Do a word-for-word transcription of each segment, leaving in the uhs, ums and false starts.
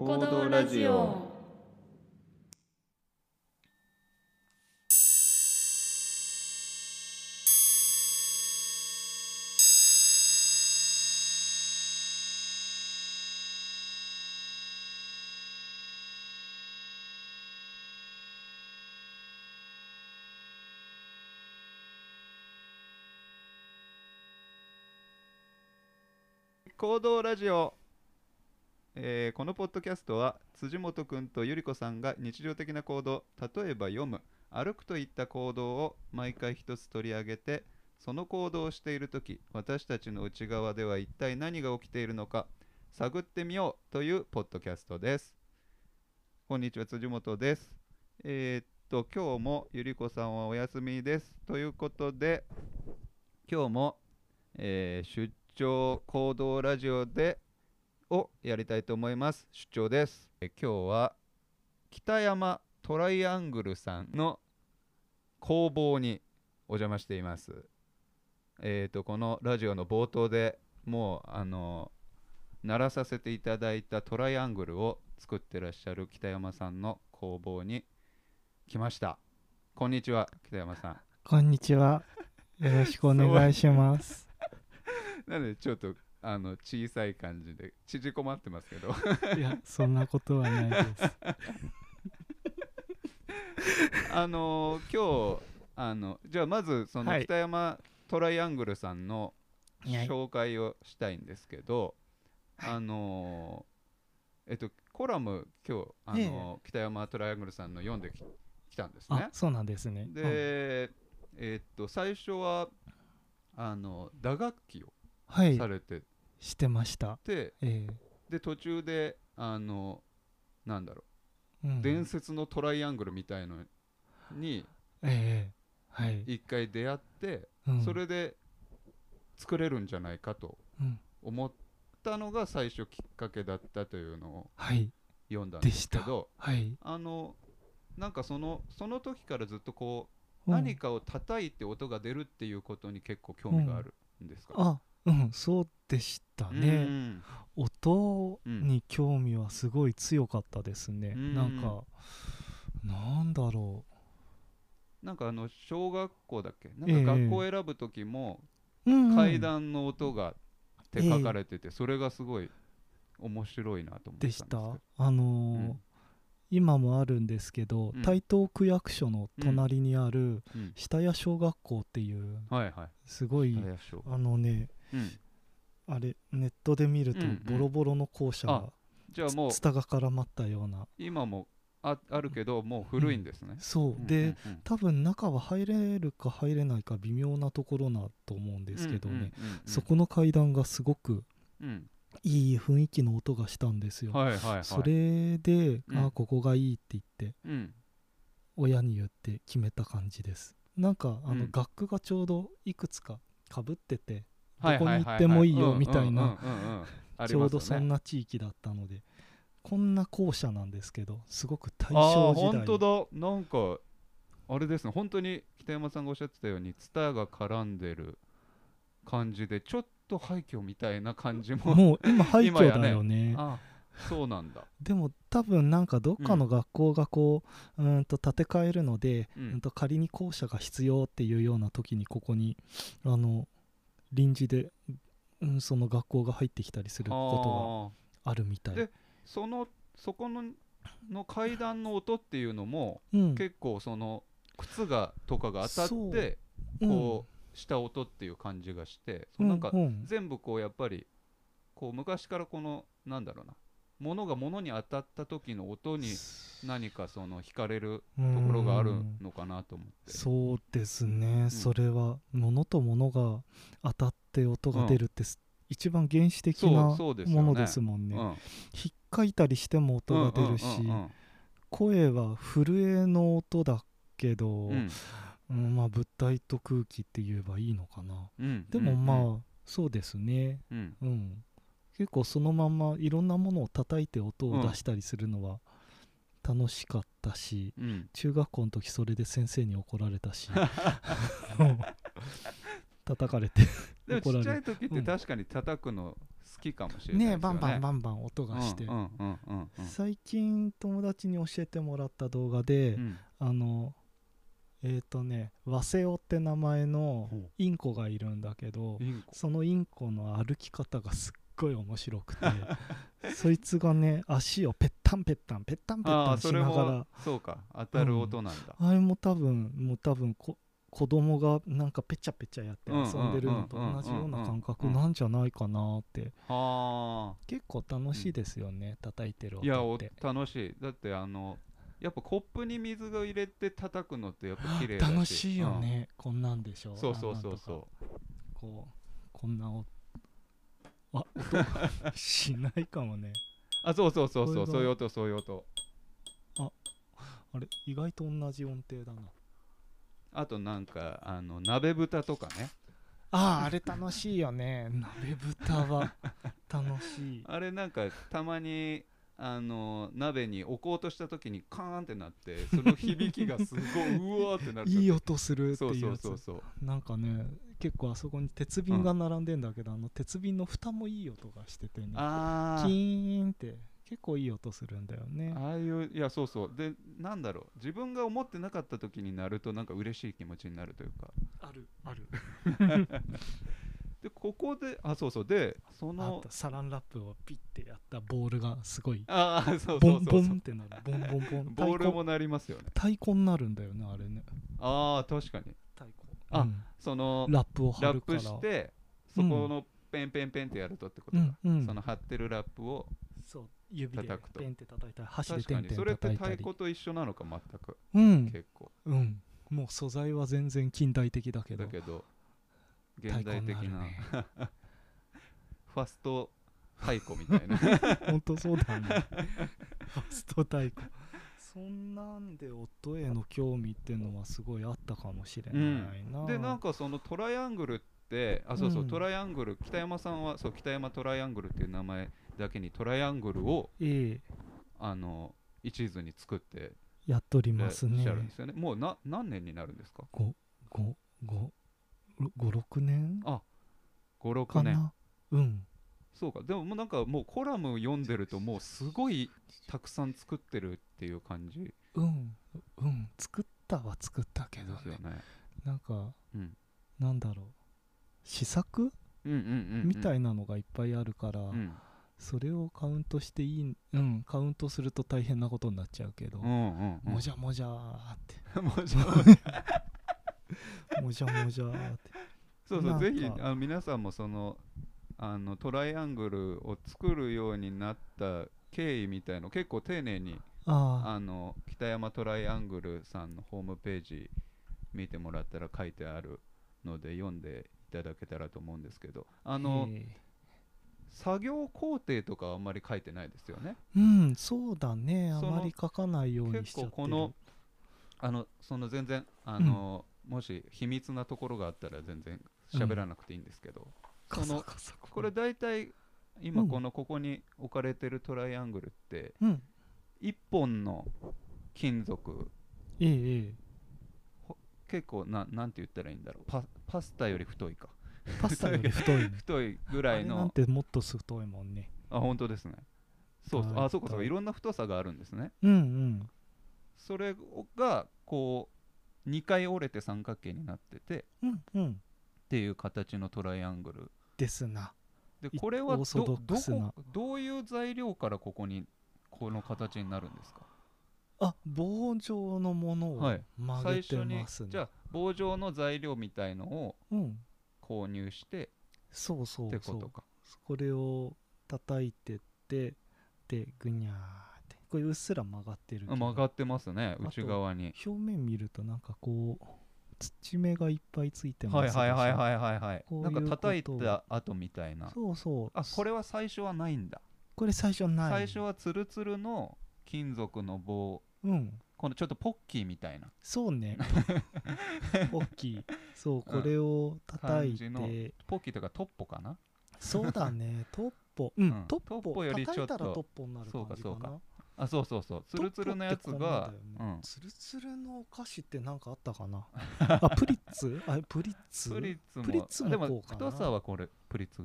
行動ラジオ。 行動ラジオ、えーこのポッドキャストは辻本くんとゆりこさんが日常的な行動、例えば読む、歩くといった行動を毎回一つ取り上げて、その行動をしているとき、私たちの内側では一体何が起きているのか探ってみようというポッドキャストです。こんにちは、辻本です。えーっと今日もゆりこさんはお休みですということで、今日も、えー出張行動ラジオでをやりたいと思います。出張です。え今日は北山トライアングルさんの工房にお邪魔しています。えーとこのラジオの冒頭でもうあの鳴らさせていただいたトライアングルを作ってらっしゃる北山さんの工房に来ました。こんにちは、北山さん。 こんにちは。よろしくお願いします。 なのでちょっとあの小さい感じで縮こまってますけどいや、そんなことはないです。 あのー今日あのじゃあまずそのはい北山トライアングルさんのはい紹介をしたいんですけど、あのーえっとコラム今日あのー北山トライアングルさんの読んでき、きたんですね。 あ、そうなんですね。 で、 うんえっと最初はあの打楽器をはいさ、れてしてました。 て、 えで途中であのなんだろえうんう伝説のトライアングルみたいのにええはい。 一回出会って、 うんそれで作れるんじゃないかとうん思ったのが最初きっかけだったというのをはい読んだんででした。 すけど、 はい。 あのなんかそのその時からずっとこう、 うん何かを叩いて音が出るっていうことに結構興味があるんですか？ あ、うんそうでしたうね。 ん音に興味はすごい強かったですね。 うんなんかなんだろなんかあの小学校だっけなんええか学校選ぶ時もう。うんうん階段の音がって書かれてて、それがすごい面白いなと思ってたんでけですした。 ど。 あのーうん今もあるんですけど、 うん台東区役所の隣にあるうん下谷小学校っていうはいはいすごい、 下谷小あのねうんあれネットで見るとうんうんボロボロの校舎がじゃあもうツタが絡まったような、 今も あ, あるけどもう古いんですね、 そううんでうん多分中は入れるか入れないか微妙なところなと思うんですけどね、 うんうんうんうんそこの階段がすごくうんいい雰囲気の音がしたんですよ、 はいはいはいそれで、 うんあここがいいって言ってうん親に言って決めた感じです。なんかあの、 うん楽譜がちょうどいくつかかぶっててはいどこにはいはいはい行ってもいいよみたいなうんうんうんうんうんありちょうますよねどそんな地域だったので、こんな校舎なんですけどすごく大あ正時代あ本当だなんかあれですね本当に北山さんがおっしゃってたようにツタが絡んでる感じでちょっと廃墟みたいな感じももう今廃墟今やねだよねあそうなんだでも多分なんかどっかの学校がこう、うーんと建て替えるので、 ううんんと仮に校舎が必要っていうような時にここにあの臨時で、うん、その学校が入ってきたりすることがあるみたい。 でそのそこのの階段の音っていうのも、 うん結構その靴がとかが当たってうんこうした音っていう感じがして、そのなんかうんうん全部こうやっぱりこう昔からこのなんだろうな物が物に当たった時の音に何かその惹かれるところがあるのかなと思って。 そうですね、 んそれは物と物が当たって音が出るってす、一番原始的そうなそうですよねものですもんね。 うんひっかいたりしても音が出るし、 うんうん声は震えの音だけど、 うんうんまあ物体と空気って言えばいいのかな。 うんうんでもまあ、 うんそうですね、 うんうん、結構そのままいろんなものを叩いて音を出したりするのは楽しかったし、 うん中学校の時それで先生に怒られたし叩かれてでもちっちゃい怒られる。 時って確かに叩くの好きかもしれないですよね。 ねバンバンバンバン音がして、 うんうんうんうんうん、 最近友達に教えてもらった動画で、 うん、 あのえっ、ー、とねワセオって名前のインコがいるんだけど、 インコ、 そのインコの歩き方がすっごい面白くてそいつがね足をペッタンペッタンペッタンペッタンしながら、 そうか当たる音なんだ、 うん、あれも多分もう多分こ子供がなんかペチャペチャやって遊んでるのと同じような感覚なんじゃないかなって。 はあ、 結構楽しいですよね、うん、叩いてる音って。 いや楽しい。だってあのやっぱコップに水が入れて叩くのってやっぱ綺麗だし楽しいよね、うん、こんなんでしょ。 そうそうそうそう、 こうこんな音あ音しないかもね。 あそうそうそうそう、そういう音そういう音。 ああれ意外と同じ音程だな。 あとなんかあの鍋蓋とかね。 あああれ楽しいよね鍋蓋は楽しい。 あれなんかたまにあの鍋に置こうとした時にカーンってなってその響きがすごいうわーってなるいい音するっていうやつ。 そうそうそうそう、 なんかね結構あそこに鉄瓶が並んでんだけど、うん、あの鉄瓶の蓋もいい音がしててね、 あキーンって結構いい音するんだよね。 ああいういやそうそうでなんだろう自分が思ってなかった時になるとなんか嬉しい気持ちになるというかあるあるでここであそうそうでそのサランラップをピッてやったボールがすごいああそうそうそうボンボンってなるボンボンボンボールも鳴りますよね。 太鼓になるんだよねあれね。 ああ確かに太鼓あ、 うん、 そのラップを貼るからラップしてそこのペンペンペンってやるとってことか、 うんうん、 その貼ってるラップをそう指で叩くとペンって叩いたり箸でテンテンそれって叩いたり。 太鼓と一緒なのか全く、 うん、 結構うんもう素材は全然近代的だけどだけど現代的な、ね、ファスト太鼓みたいな本当そうだねファスト太鼓そんなんで音への興味っていうのはすごいあったかもしれないな、 うん、でなんかそのトライアングルってあそうそう、うん、トライアングル北山さんはそう北山トライアングルっていう名前だけにトライアングルを、ええ、あの一途に作ってやっとりますね。 もうな何年になるんですか。 ご、ご、ご、ご、ろくねんあ、ご、ろくねんうん。 そうか。でももうなんかもうコラム読んでるともうすごいたくさん作ってるっていう感じ。 うんうん作ったは作ったけどね。ですよね。なんか、うん、なんだろう試作、うんうんうんうん、みたいなのがいっぱいあるから、うん、それをカウントしていい、うん、カウントすると大変なことになっちゃうけど、うんうんうん、もじゃもじゃーってもじゃもじゃもじゃもじゃーってそうそうぜひあの皆さんもそのあのトライアングルを作るようになった経緯みたいの結構丁寧にああの北山トライアングルさんのホームページ見てもらったら書いてあるので読んでいただけたらと思うんですけどあの作業工程とかはあんまり書いてないですよね。 うんそうだねあまり書かないようにしちゃってる。 結構このあのその全然あの、うん、もし秘密なところがあったら全然喋らなくていいんですけど、うん、そのこれ大体今このここに置かれてるトライアングルって、うん、いっぽんの金属、ええ、結構ななんて言ったらいいんだろう パ, パスタより太いかパスタより太い、ね、 太いぐらいのあれなんてもっと太いもんね。 あ本当ですね。そうそうあそうかそうかいろんな太さがあるんですね。 うんうんそれがこうにかい折れて三角形になってて、うんうん、っていう形のトライアングルですな。 でこれは ど, ど, こどういう材料からここにこの形になるんですか。 あ棒状のものを曲げてますね、はい、最初にじゃあ棒状の材料みたいのを購入して、うん、 そうそうそうってことか。 これを叩いてってでぐにゃーってこれうっすら曲がってるけど曲がってますね内側に。 表面見るとなんかこう土目がいっぱいついてますはいはいはいはいはいはいなんか叩いた後みたいな。 そうそうあこれは最初はないんだ。 これ最初ない。 最初はツルツルの金属の棒、うん、このちょっとポッキーみたいな。 そうねポッキーそうこれを叩いて、うん、 ポッキーとかトッポかな。 そうだねトッポ、うんうん、トッポよりちょっと叩いたらトッポになる感じかな。 そうかそうかあそうそうそうツルツルのやつが、 ねうん、ツルツルのお菓子って何かあったかなあプリッツあプリッツプリッツもプリッツもでも太さはこれプリッツぐらいかな。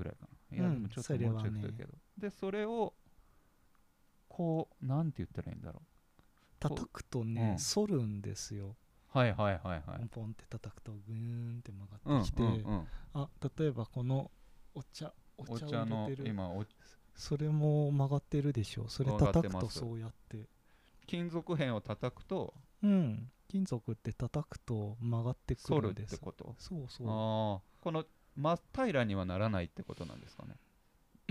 いやでもちょっともうちょっとだけど、ね、でそれをこうなんて言ったらいいんだろう、 叩くとね、うん、反るんですよ。 はいはいはいはい。 ポンポンって叩くとグーンって曲がってきて、うんうんうん、あ、例えばこのお茶お茶を入れてる、今おそれも曲がってるでしょ。それ叩くとそうやって金属片を叩くと、 うん、金属って叩くと曲がってくるんです。 反るってこと。 そうそう。 あ、この真っ平らにはならないってことなんですかね。 うん、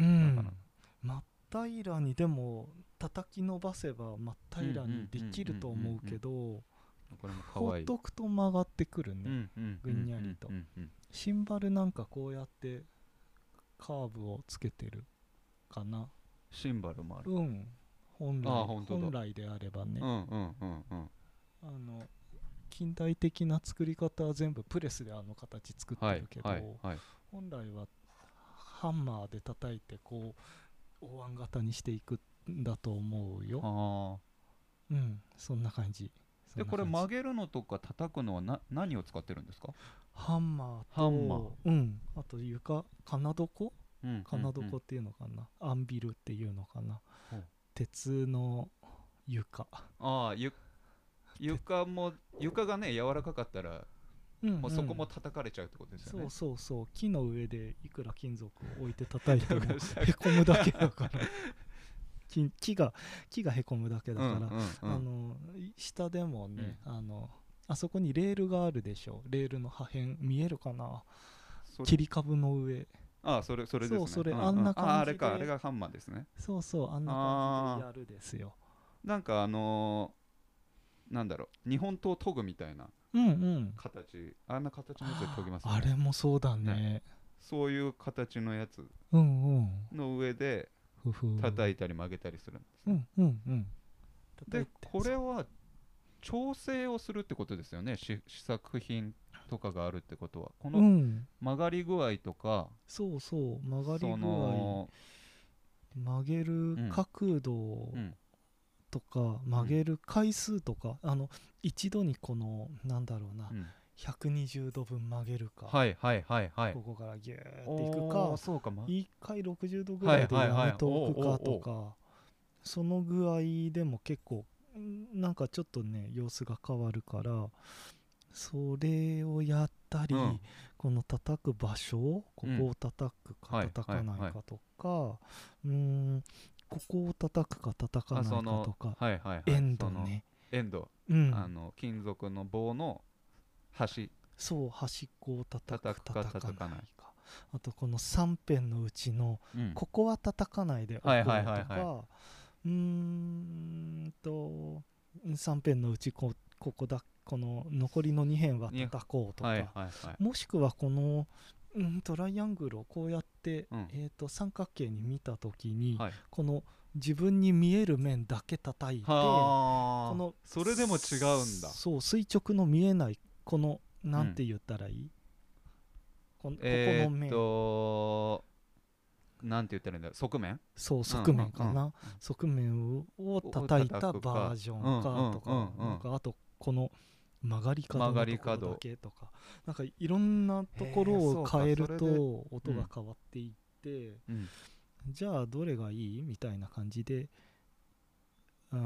真っ平らにでも叩き伸ばせば真っ平らにできると思うけど、ほっとくと曲がってくるね、ぐんにゃりと。シンバルなんかこうやってカーブをつけてるかな。 シンバルもある。 うん、本来本来であればね。 うんうんうんうん。 あの近代的な作り方は全部プレスであの形作ってるけど、はいはいはい、本来はハンマーで叩いてこうお椀型にしていくんだと思うよ。はうん、そんな感じ。 でこれ曲げるのとか叩くのはな何を使ってるんですか？ ハンマーとハンマー、 うん、あと床、金床、うん、金床っていうのかな、アンビルっていうのかな、うん、鉄の床。 ああ、ゆ床も床がね柔らかかったら、うんうん、もうそこも叩かれちゃうってことですよね。 そうそうそう、木の上でいくら金属を置いて叩いてもへこむだけだから木, 木が木がへこむだけだから、うんうんうん、あの下でもね、うん、あのあそこにレールがあるでしょ。レールの破片見えるかな、切り株の上。 ああ、それそれですね。 そう、それ、うんうん、あんな感じで、ああ、あれか、あれがハンマーですね。 そうそう、あんな感じでやるですよ。 なんかあのー、なんだろう、日本刀研ぐみたいな形、うんうん、あんな形のやつで研ぎますね。 あれもそうだ ね, ね。 そういう形のやつの上で叩いたり曲げたりするんですね。うんうんうん、でこれは調整をするってことですよね。試作品とかがあるってことは、この曲がり具合とか、うん、 そうそう、曲がり具合、曲げる角度とか、うん、曲げる回数とか、あの一度にこのなんだろうな、うん、ひゃくにじゅうどぶん曲げるか、 はいはいはいはい、 ここからギューっていくか、 そうか、ま、 いっかいろくじゅうどぐらいでやめておくかとか、その具合でも結構なんかちょっとね様子が変わるから、それをやったり、うん、この叩く場所、ここを叩くか叩かないかとか、うんはいはいはい、うーんここを叩くか叩かないかとか、 はいはいはい、 エンドね、 エンド、うん、あの金属の棒の端、 そう、端っこを叩くか叩かないか、あとこのさん辺のうちの、うん、ここは叩かないでおこうとか、はいはいはいはい、うーんとさん辺のうち こ, ここだこの残りのに辺は叩こうとか、はいはいはい、もしくはこの、うん、トライアングルをこうやって、うん、えー、と三角形に見たときに、はい、この自分に見える面だけ叩いて、このそれでも違うんだ。 そう、垂直の見えないこのなんて言ったらいい、うん、こ, ここの面、えー、っとなんて言ったらいいんだろう、側面、 そう側面かな、うんうんうん、側面を叩いたバージョンかとか、うんうんうんうん、なんかあとこの曲がり角のところだけとか、なんかいろんなところを変えると音が変わっていって、うん、じゃあどれがいいみたいな感じで、うん、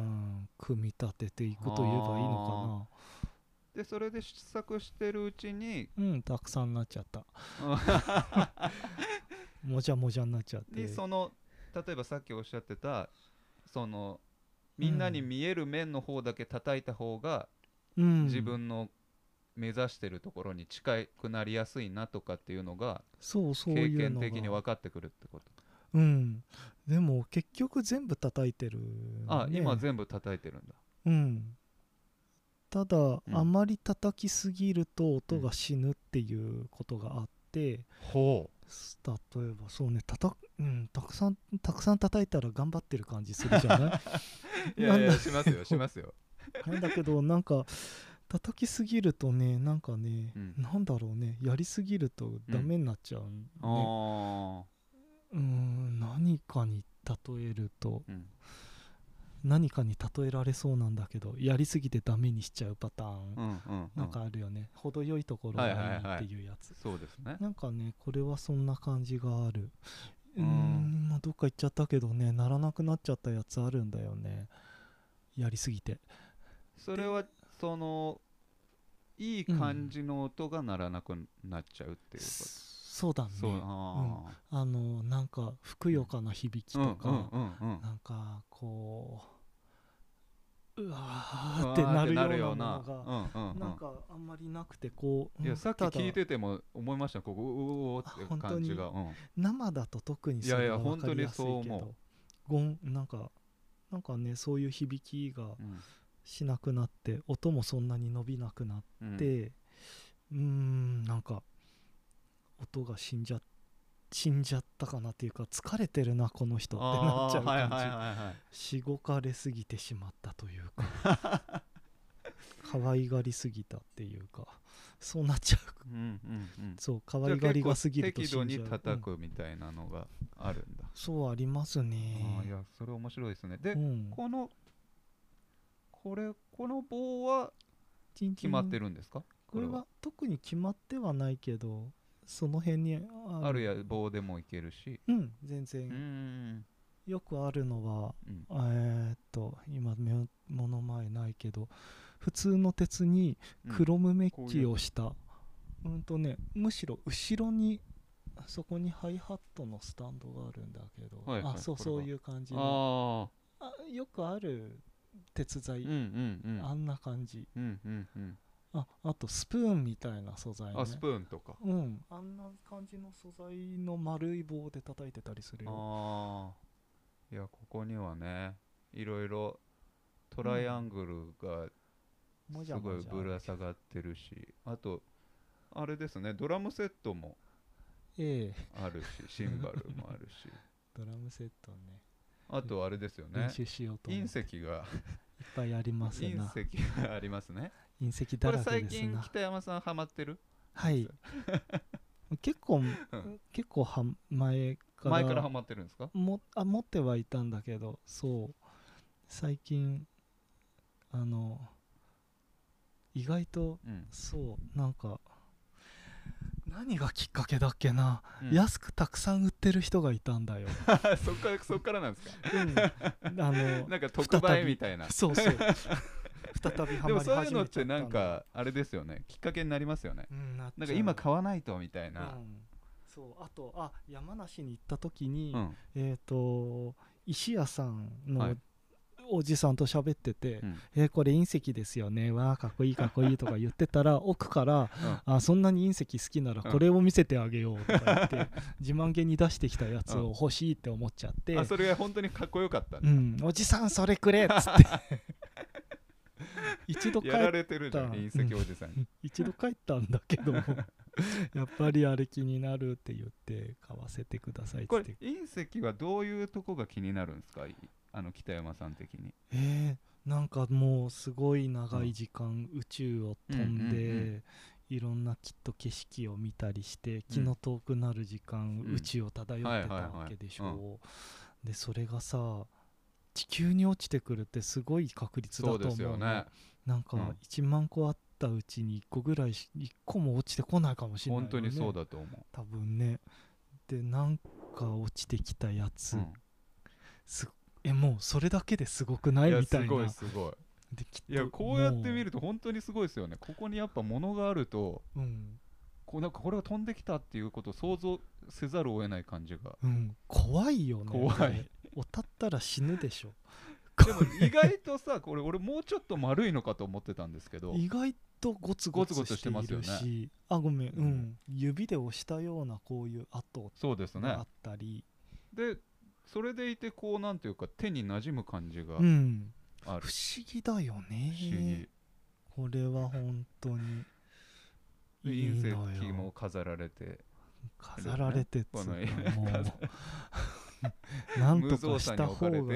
組み立てていくと言えばいいのかな。 でそれで試作してるうちに、 うん、たくさんなっちゃったもじゃもじゃになっちゃって、 でその例えばさっきおっしゃってたそのみんなに見える面の方だけ叩いた方が、うん、自分の目指してるところに近くなりやすいなとかっていうのが、 そうそういうのが経験的に分かってくるってこと。 うん、でも結局全部叩いてる、ね、 あ、今全部叩いてるんだ。 うん、ただ、うん、あまり叩きすぎると音が死ぬっていうことがあって、うん、 ほう、 例えばそうね、たた、うん、たくさんたくさん叩いたら頑張ってる感じするじゃないいやいやしますよしますよなんだけど、なんか叩きすぎるとね、なんかね、うん、なんだろうね、やりすぎるとダメになっちゃうね、うん、あうーん何かに例えると、うん、何かに例えられそうなんだけど、やりすぎてダメにしちゃうパターン、うんうんうん、なんかあるよね、程よいところがいいっていうやつ、 はいはいはい、そうですね、 なんかね、これはそんな感じがある。 うーん、まあ、どっか行っちゃったけどね、鳴らなくなっちゃったやつあるんだよね、やりすぎて。 それはそのいい感じの音が鳴らなくなっちゃうっていうこと、うん、 そうだね。そう、あ、うん、あのなんかふくよかな響きとか、なんかこううわーってなるようなものがなんかあんまりなくて、こう、 いやさっき聞いてても思いました、ここうおおって感じが、うん、 生だと特にそれは分かりやすいけど、ゴンなんかなんかね、そういう響きがしなくなって、うん、音もそんなに伸びなくなって、うん、うーんなんか音が死んじゃ死んじゃったかなっていうか、疲れてるなこの人ってなっちゃう感じ、しごかれすぎてしまったというか可愛がりすぎたっていうか、そうなっちゃう、うんうんうん、そう、可愛がりが過ぎると死んじゃう。 適度に叩くみたいなのがあるんだ、うん、 そうありますね。 あ、いやそれ面白いですね。で、うん、このこれこの棒は決まってるんですか？ これは特に決まってはないけど、その辺にある、あるや棒でもいけるし、 うん、全然。うん、よくあるのは、うん、えー、っと今目の前ないけど、普通の鉄にクロムメッキをした、うん、うんとね、むしろ後ろにそこにハイハットのスタンドがあるんだけど、はいはい、あ、そう、そういう感じの、あ、よくある鉄材、うんうんうん、あんな感じ、うんうんうん、あ, あとスプーンみたいな素材、ね、 あ、スプーンとか、 うん、あんな感じの素材の丸い棒で叩いてたりするよ。 あ、いや、ここにはね、いろいろトライアングルがすごいぶら下がってるし、うん、あとあれですね、ドラムセットもあるし、ええ、シンバルもあるしドラムセットね、 あとあれですよね、 練習しようと思って隕石がいっぱいありますな。 隕石がありますね。 隕石だらけですな。 これ最近北山さんハマってる？ はい結構、うん、結構は前から前からハマってるんですか？ もあ持ってはいたんだけど、そう最近あの意外と、うん、そうなんか何がきっかけだっけな、うん、安くたくさん売ってる人がいたんだよそっからそっからなんですか？ うん、あのなんか特売みたいな、 そうそう再びハマり始めちゃったんだ。でもそういうのってなんかあれですよね、きっかけになりますよね、うん、な, なんか今買わないとみたいな、うん、 そうあとあ山梨に行った時に、うん、えっ、ー、と石屋さんの、はい、おじさんと喋ってて、うん、えー、これ隕石ですよね、わーかっこいいかっこいいとか言ってたら奥から、うん、あそんなに隕石好きならこれを見せてあげようとか言って、うん、自慢げに出してきたやつを欲しいって思っちゃって、うん、 あそれが本当にかっこよかったんだ、うん、おじさんそれくれっつって一度帰ったやられてるじゃん隕石おじさんに、うん、 一度帰ったんだけどやっぱりあれ気になるって言って買わせてくださいって。 これ隕石はどういうとこが気になるんですか、あの北山さん的に？ えー、なんかもうすごい長い時間、うん、宇宙を飛んで、うんうんうん、いろんなきっと景色を見たりして気の遠くなる時間、うん、宇宙を漂ってたわけでしょう。でそれがさ地球に落ちてくるってすごい確率だと思う。そうですよね。なんかいちまんこあったうちにいっこぐらいいっこも落ちてこないかもしれないよね。 本当にそうだと思う多分ね。でなんか落ちてきたやつ、うん、すえもうそれだけですごくない？みたいな。 すごいすごい。できっといやこうやって見ると本当にすごいですよね。ここにやっぱ物があると、うん、こうなんかこれが飛んできたっていうことを想像せざるを得ない感じが、 うん、怖いよね。 怖い。 おたったら死ぬでしょ。 でも意外とさこれ俺もうちょっと丸いのかと思ってたんですけど、 意外とゴツゴツしているし、ゴツゴツしてますよね。あごめん、うん、指で押したようなこういう跡があったり、 でそれでいてこうなんていうか手に馴染む感じがある、 うん、不思議だよね。 不思議。 これは本当にいいのよ。 隕石も飾られて飾られてっつうかもうなんとかした方がいい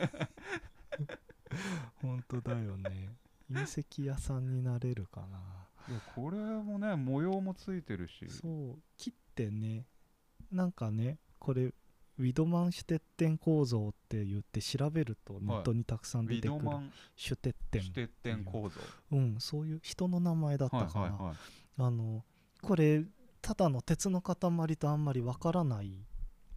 本当だよね。隕石屋さんになれるかな。 いやこれもね模様もついてるし、 そう切ってね、なんかねこれウィドマンシュテッテン構造って言って調べるとネットにたくさん出てくる、はい、ウィドマンシュテッテンシュテッテン構造、 うん、そういう人の名前だったかな、はいはいはい、あのこれただの鉄の塊とあんまりわからない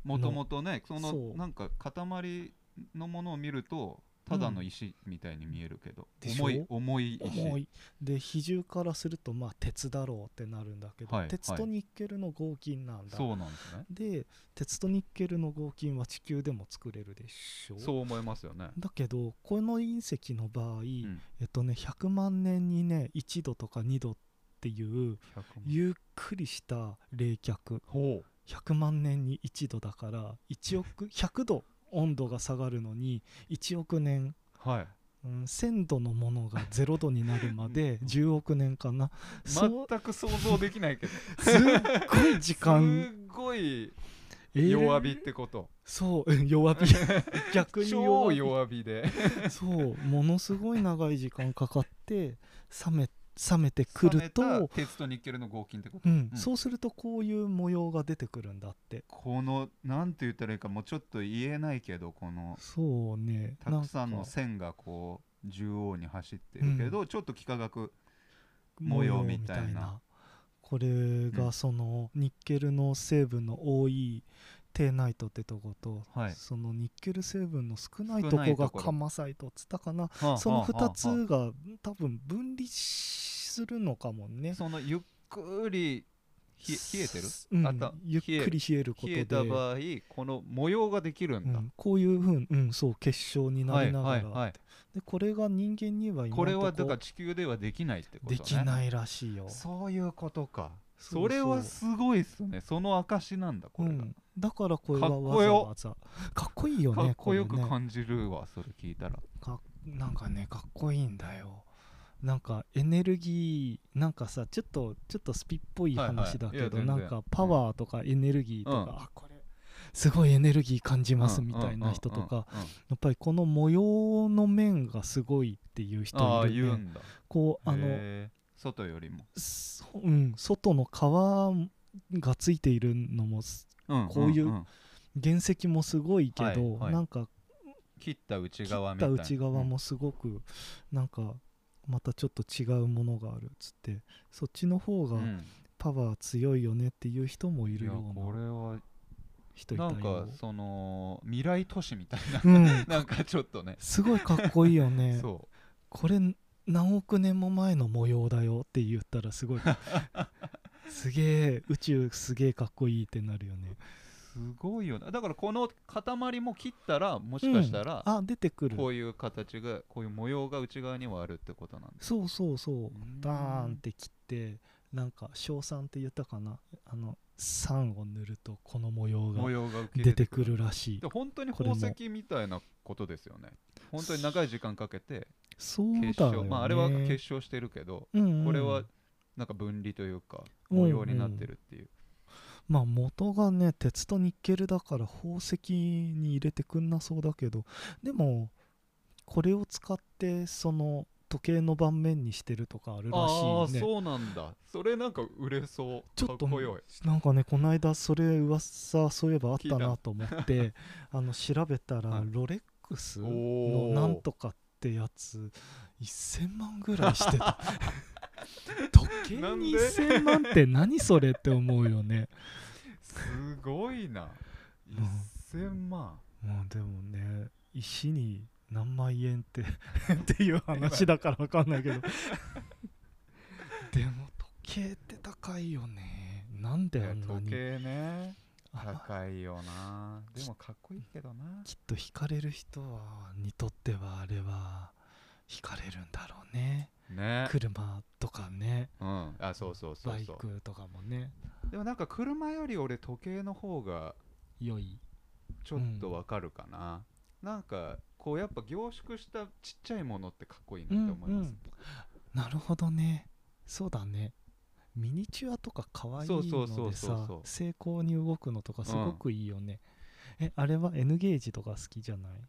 もともとねそのなんか塊のものを見るとただの石みたいに見えるけど、うん、重い重い石重いで比重からするとまあ鉄だろうってなるんだけど、はい、鉄とニッケルの合金なんだ、 はい、そうなんですね。 で鉄とニッケルの合金は地球でも作れるでしょ。 そう思いますよね。 だけどこの隕石の場合、うん、えっとねひゃくまんねんにねいちどとかにどっていうゆっくりした冷却、ひゃくまんねんにいちどだからいちおくひゃくど温度が下がるのにいちおくねん、 はい、 うん、せんどのものがゼロどになるまでじゅうおくねんかな。 全く想像できないけどすっごい時間すっごい弱火ってこと、 えー、そう弱火逆に弱火超弱火でそうものすごい長い時間かかって冷め冷めてくると鉄とニッケルの合金ってこと、 うんうん、そうするとこういう模様が出てくるんだって。 このなんて言ったらいいかもうちょっと言えないけどこのそうねたくさんの線がこう縦横に走ってるけど、うん、ちょっと幾何学模様みたいな。 これがそのニッケルの成分の多い低ナイトってとこと、はい、そのニッケル成分の少ないとこがカマサイトっつったかな、そのふたつが多分分離するのかもね。 そのゆっくり冷えてる、 うん、あたゆっくり冷えることで冷えた場合この模様ができるんだ、 うん、こういうふうに、うん、そう結晶になりながら、はいはいはい、でこれが人間には今これはだから地球ではできないってことね。 できないらしいよ。 そういうことか。それはすごいっすね。その証なんだこれが、うん、 だからこれはわざわざかっこいいよね。 かっこよく感じるわ、ね、それ聞いたらかなんかねかっこいいんだよ。なんかエネルギーなんかさちょっとちょっとスピっぽい話だけど、はいはい、なんかパワーとかエネルギーとか、うん、あこれすごいエネルギー感じますみたいな人とか、やっぱりこの模様の面がすごいっていう人いるね。あ言うんだ。 こうあの外よりも、 うん、外の皮がついているのも、うん、こういう原石もすごいけど、うんうん、なんか切った内側みたいな、 切った内側もすごくなんかまたちょっと違うものがあるっつって、そっちの方がパワー強いよねっていう人もいるような、うん、 これは人いたよ。 なんかその未来都市みたいな、うん、なんかちょっとねすごいかっこいいよねそうこれ何億年も前の模様だよって言ったらすごいすげえ宇宙すげえかっこいいってなるよね。 すごいよな。だからこの塊も切ったらもしかしたら、 うん、あ出てくるこういう形がこういう模様が内側にはあるってことなんです。 そうそうそうバーンって切ってなんか硝酸って言ったかな、あの酸を塗るとこの模様が出てくるらしい。 本当に宝石みたいなことですよね。本当に長い時間かけてそうだよね、 まあ、あれは結晶してるけど、うんうん、これはなんか分離というか模様になってるっていう、うんうん、 まあ元がね鉄とニッケルだから宝石に入れてくんなそうだけど、でもこれを使ってその時計の盤面にしてるとかあるらしいね。 ああそうなんだ。それなんか売れそう。 ちょっとかっこよい。 なんかねこの間それ噂そういえばあったなと思ってあの調べたら、はい、ロレックスのなんとかってやつせんまんぐらいしてた時計にせんまんって何それって思うよねすごいな。せんまん、 うん、もうでもね石に何万円ってっていう話だから分かんないけどでも時計って高いよね。なんであんなに時計ね高いよな。でもかっこいいけどな。 きっと惹かれる人はにとってはあれは惹かれるんだろうね。 ね車とかね、 うん、あそうそうそうそうバイクとかもね。 でもなんか車より俺時計の方が良いちょっとわかるかな、うん、なんかこうやっぱ凝縮したちっちゃいものってかっこいいなって思います、うんうん、 なるほどね。そうだね。ミニチュアとか可愛いのでさ精巧に動くのとかすごくいいよね、うん、えあれは N ゲージとか好きじゃない？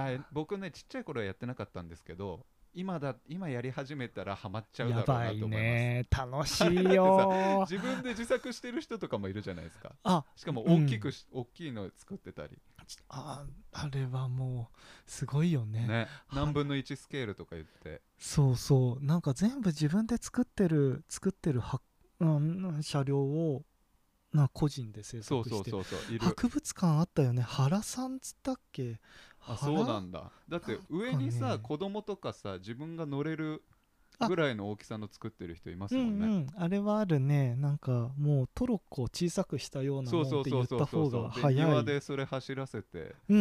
あ僕ねちっちゃい頃はやってなかったんですけど今だ今やり始めたらハマっちゃうだろうなと思います。やばいね楽しいよ自分で自作してる人とかもいるじゃないですか。 あしかも大きく、うん、大きいの作ってたりああれはもうすごいよ ね, ね何分のいちスケールとか言ってそうそうなんか全部自分で作ってる作ってるは、うん、車両をな個人で制作して、 そうそうそうそういる。 博物館あったよね。原さんつったっけ。 あ、そうなんだ。だって上にさ、ね、子供とかさ自分が乗れるぐらいの大きさの作ってる人いますもんね。 うんうん、あれはあるね。なんかもうトロッコを小さくしたようなもんって言った方が早い。 庭でそれ走らせて、 うんうん、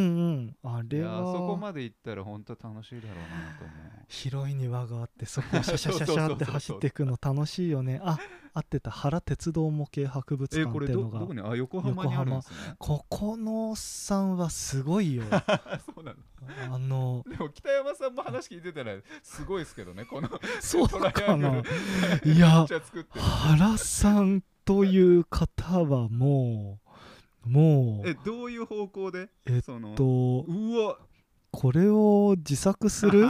あれはそこまで行ったら本当楽しいだろうなと思う。 広い庭があってそこをシャシャシャシャって走っていくの楽しいよね。あ、合ってた。原鉄道模型博物館っていうのが、 え、これ ど, どこにあ横浜にあるんですね。 ここのおっさんはすごいよ。 そうなの。 あのでも北山さんも話聞いてたらすごいですけどね、このそうかな。いや、原さんという方はもうもうえどういう方向でえっそのとうわこれを自作する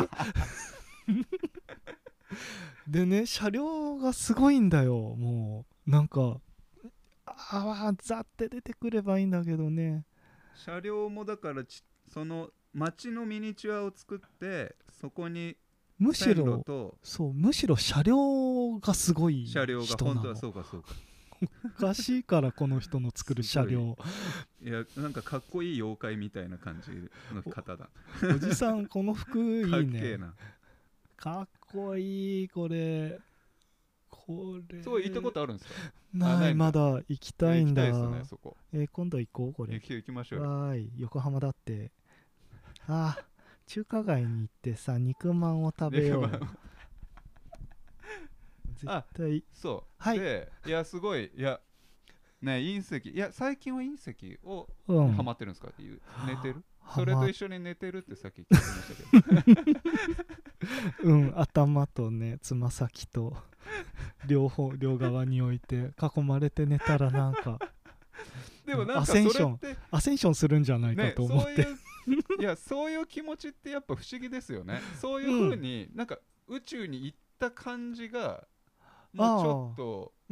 でね、車両がすごいんだよ。もうなんかああざって出てくればいいんだけどね。 車両もだからちその街のミニチュアを作ってそこにむしろそうむしろ車両がすごい人なの。 車両が本当はそうかそうか。 おかしいからこの人の作る車両。 いやなんかかっこいい妖怪みたいな感じの方だ。 お, おじさんこの服いいね。かっけえな。 かっこいいこれ。これそう行ったことあるんですか。 ない、まだ行きたいんだ。 行きたいですねそこ。 えー、今度行こうこれ。 行きましょう。 わーい横浜だって。あ中華街に行ってさ肉まんを食べよう。絶対そう、 はい、 でいやすごいいやね隕石いや最近は隕石を、 うん、 ハマってるんですかっていう寝てるそれと一緒に寝てるってさっき聞いてましたけどうん頭とねつま先と両方両側に置いて囲まれて寝たらなんかでもなんかそれってアセンションアセンションするんじゃないかと思って、ね、そういういやそういう気持ちってやっぱ不思議ですよね。そういう風に、うん、なんか宇宙に行った感じがもうちょっと、 うん、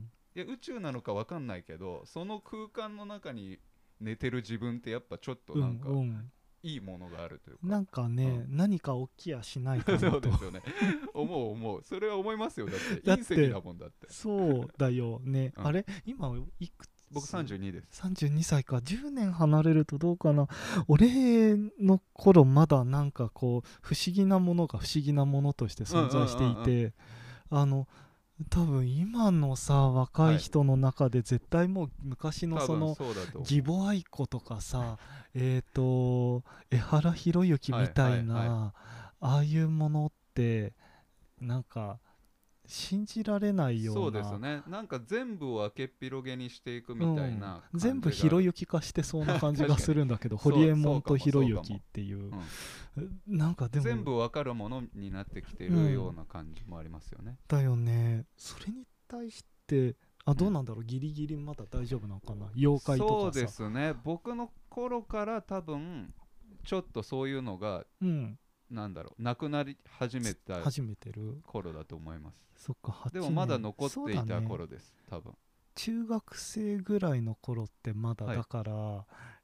いや宇宙なのか分かんないけどその空間の中に寝てる自分ってやっぱちょっとなんか、うんうん、いいものがあるというかなんかね、うん、何か起きやしないかなとそうですよね思う思うそれは思いますよ。だって隕石だもんだってそうだよね、うん、あれ今いくつ僕さんじゅうにです。 さんじゅうにさいか。じゅうねん離れるとどうかな。俺の頃まだなんかこう不思議なものが不思議なものとして存在していて、あの多分今のさ若い人の中で絶対もう昔のその義母愛子とかさえっと江原弘之みたいなああいうものってなんか信じられないような。 そうですね。なんか全部を明けっ広げにしていくみたいな、 うん、全部ひろゆき化してそうな感じがするんだけどホリエモンとひろゆきっていう、うん、なんかでも全部わかるものになってきてるような感じもありますよね、 うん、だよね。それに対してあどうなんだろう、うん、ギリギリまだ大丈夫なのかな。妖怪とかさ。 そうですね。僕の頃から多分ちょっとそういうのが、うんなんだろうなくなり始めた始めてる頃だと思います。 そっかはちねんでもまだ残っていた頃です、ね、多分中学生ぐらいの頃ってまだだから、はい、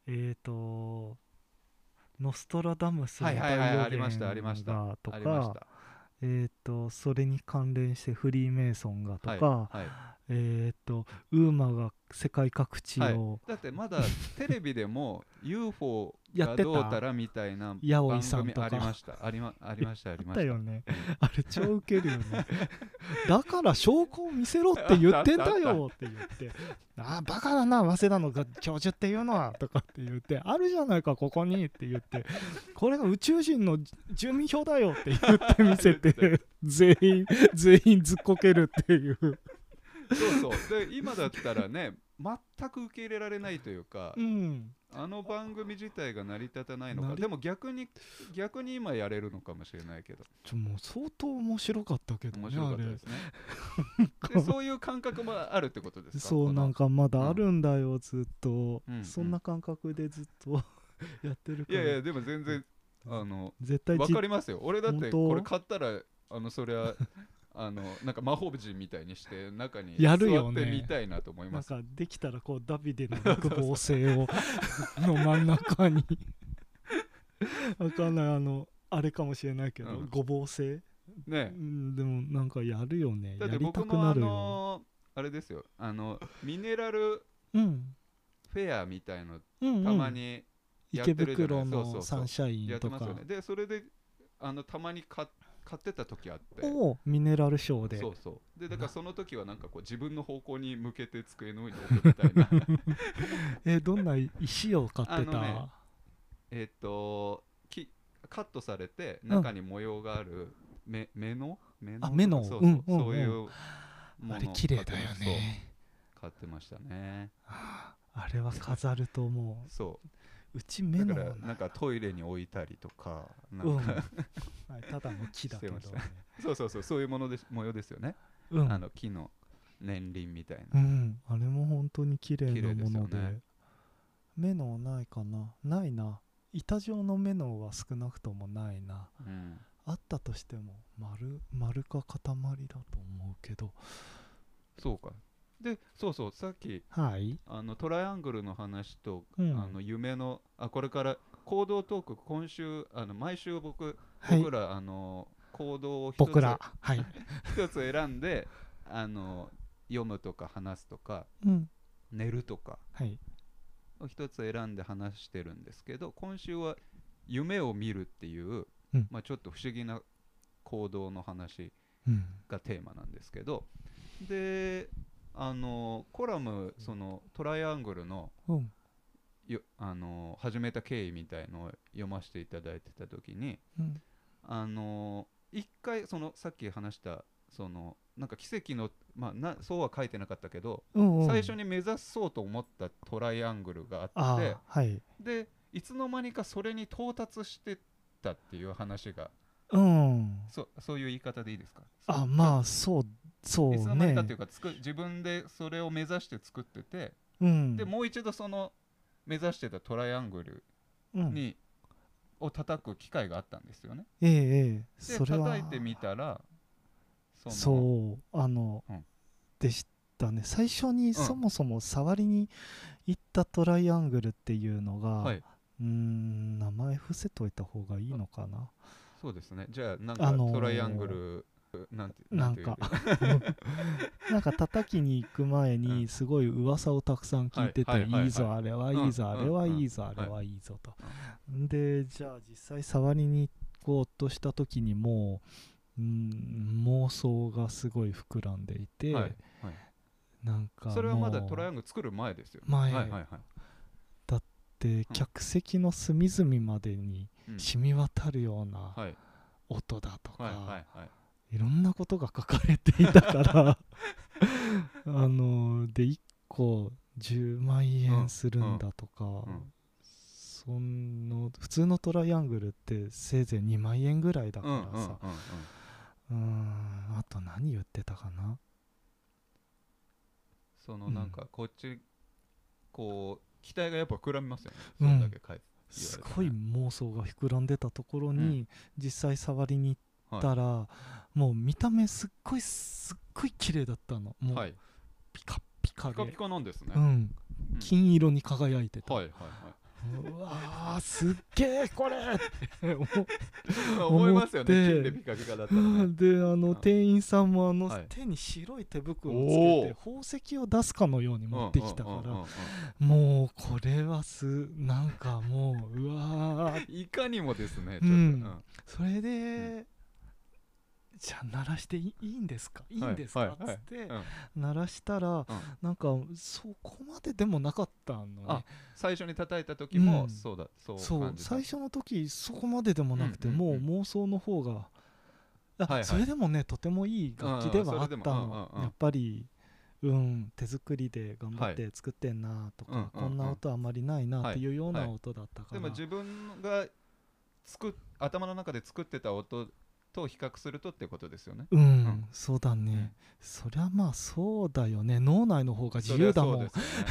えっ、ー、とノストラダムスの大予言がとかえっとそれに関連してフリーメイソンがとか、はいはい、えっ、ー、とウーマが世界各地を、はい、 だってまだテレビでも ユーフォー がどうたらみたいな番組ありましたありまありましたありましたよねあれ超ウケるよねだから証拠を見せろって言ってんだよって言ってああバカだな早稲田の教授っていうのはとかって言ってあるじゃないかここにって言ってこれが宇宙人の住民票だよって言って見せて全員全員ずっこけるっていうそうそうで今だったらね全く受け入れられないというか、うん、あの番組自体が成り立たないのか。でも逆に逆に今やれるのかもしれないけどちょもう相当面白かったけどね。 面白かったですねでそういう感覚もあるってことですか。 そうなんかまだあるんだよ、うん、ずっと、うん、そんな感覚でずっとやってるから。 いやいやでも全然あの絶対分かりますよ。俺だってこれ買ったらあのそりゃあのなんか魔法人みたいにして中に座ってみたいなと思います。 なんかできたらこうダビデの六芒星をの真ん中にわかんないあのあれかもしれないけど、うん、ごぼう星ね、うん、でもなんかやるよね。 だって僕もあのあれですよ、あのミネラルフェアみたいの、 うんうん、 たまにやってるじゃない、 池袋のサンシャインとかやってますよね。でそれであのたまに買買ってた時あって、 おミネラルショーで、 そうそうでだからその時はなんかこう自分の方向に向けて机の上に置くみたいなえどんな石を買ってた？ ね、えっ、ー、ときカットされて中に模様がある目、うん、目の目のあ目のそうそう、 うんうんうん、 そういうものあれ綺麗だよね。 買ってましたね。 あれは飾ると思う。 そううち目のだからなんかトイレに置いたりとかなんか、 うん、ただの木だけど、ね、 そうそうそうそういうものです模様ですよね、うん、あの木の年輪みたいな、 うん、あれも本当に綺麗なもの で, で、ね、目のないかなないな板状の目のは少なくともないな、うん、あったとしても 丸, 丸か塊だと思うけど。 そうかでそうそうさっき、 はい、 あのトライアングルの話と、うん、あの夢のあこれから行動トーク今週あの毎週僕、はい、僕らあの行動を一つ僕ら、はい、 一つ選んであの読むとか話すとか、 うん、 寝るとか、 はい、 一つ選んで話してるんですけど今週は夢を見るっていう、うん、まあ、ちょっと不思議な行動の話がテーマなんですけど、うん、であのコラムそのトライアングルの、うん、よあの始めた経緯みたいのを読ませていただいてた時に、うん、あの一回そのさっき話したそのなんか奇跡の、まあ、なそうは書いてなかったけど、うんうん、最初に目指そうと思ったトライアングルがあって、 はい、 でいつの間にかそれに到達してたっていう話が、 うん、 そ, そういう言い方でいいですか？ あまあそうそうね、 いつの間にかっていうかつく自分でそれを目指して作ってて、うん、でもう一度その目指してたトライアングルに、うん、を叩く機会があったんですよね。 ええでそれは叩いてみたらそのそうあの、うん、でしたね。最初にそもそも触りに行ったトライアングルっていうのが、うんはい、うーん名前伏せといた方がいいのかな。 そうですね。じゃあなんかトライアングルなんてなんかなんか叩きに行く前にすごい噂をたくさん聞いてて、いいぞあれはいいぞあれはいいぞあれはいいぞと。でじゃあ実際触りに行こうとした時にもう、うん、妄想がすごい膨らんでいて、はいはい、なんかそれはまだトライアングル作る前ですよね。 前、 はいはいはい、 だって客席の隅々までに染み渡るような音だとか、はいはいはいはいいろんなことが書かれていたからあのでいっこじゅうまんえんするんだとか、うんうん、その普通のトライアングルってせいぜいにまんえんぐらいだからさ、うんうんうんうん、うんあと何言ってたかな。 そのなんかこっち、うん、こう期待がやっぱ膨らみますよね、うん、それだけ書いて、 すごい妄想が膨らんでたところに、うん、実際触りに行ったら、はい、もう見た目すっごいすっごい綺麗だったの。もう、はい、ピカピカでピカピカなんですね、 うん、金色に輝いてた、 はいはいはい、 うわーすっげーこれって思いますよね、金でピカピカだったら、ね、 であの店員さんもあの、はい、手に白い手袋をつけて宝石を出すかのように持ってきたからもうこれはすなんかもううわーいかにもですね、 ちょっと、うんうん、それで、うんじゃあ鳴らしていいんですかいいんですか、はいはいはい、つって、うん、鳴らしたら、うん、なんかそこまででもなかったのね。 あ最初に叩いた時も、うん、そうだそうそう最初の時そこまででもなくて、うんうんうん、もう妄想の方が、はいはい、それでもねとてもいい楽器ではあったの、うんうん、やっぱり、うん、手作りで頑張って作ってんなとか、はい、こんな音あまりないなっていうような音だったから、 はいはい、でも自分が作頭の中で作ってた音と比較するとってことですよね。 うん、うん、そうだね、うん、そりゃまあそうだよね、脳内の方が自由だもん、ね、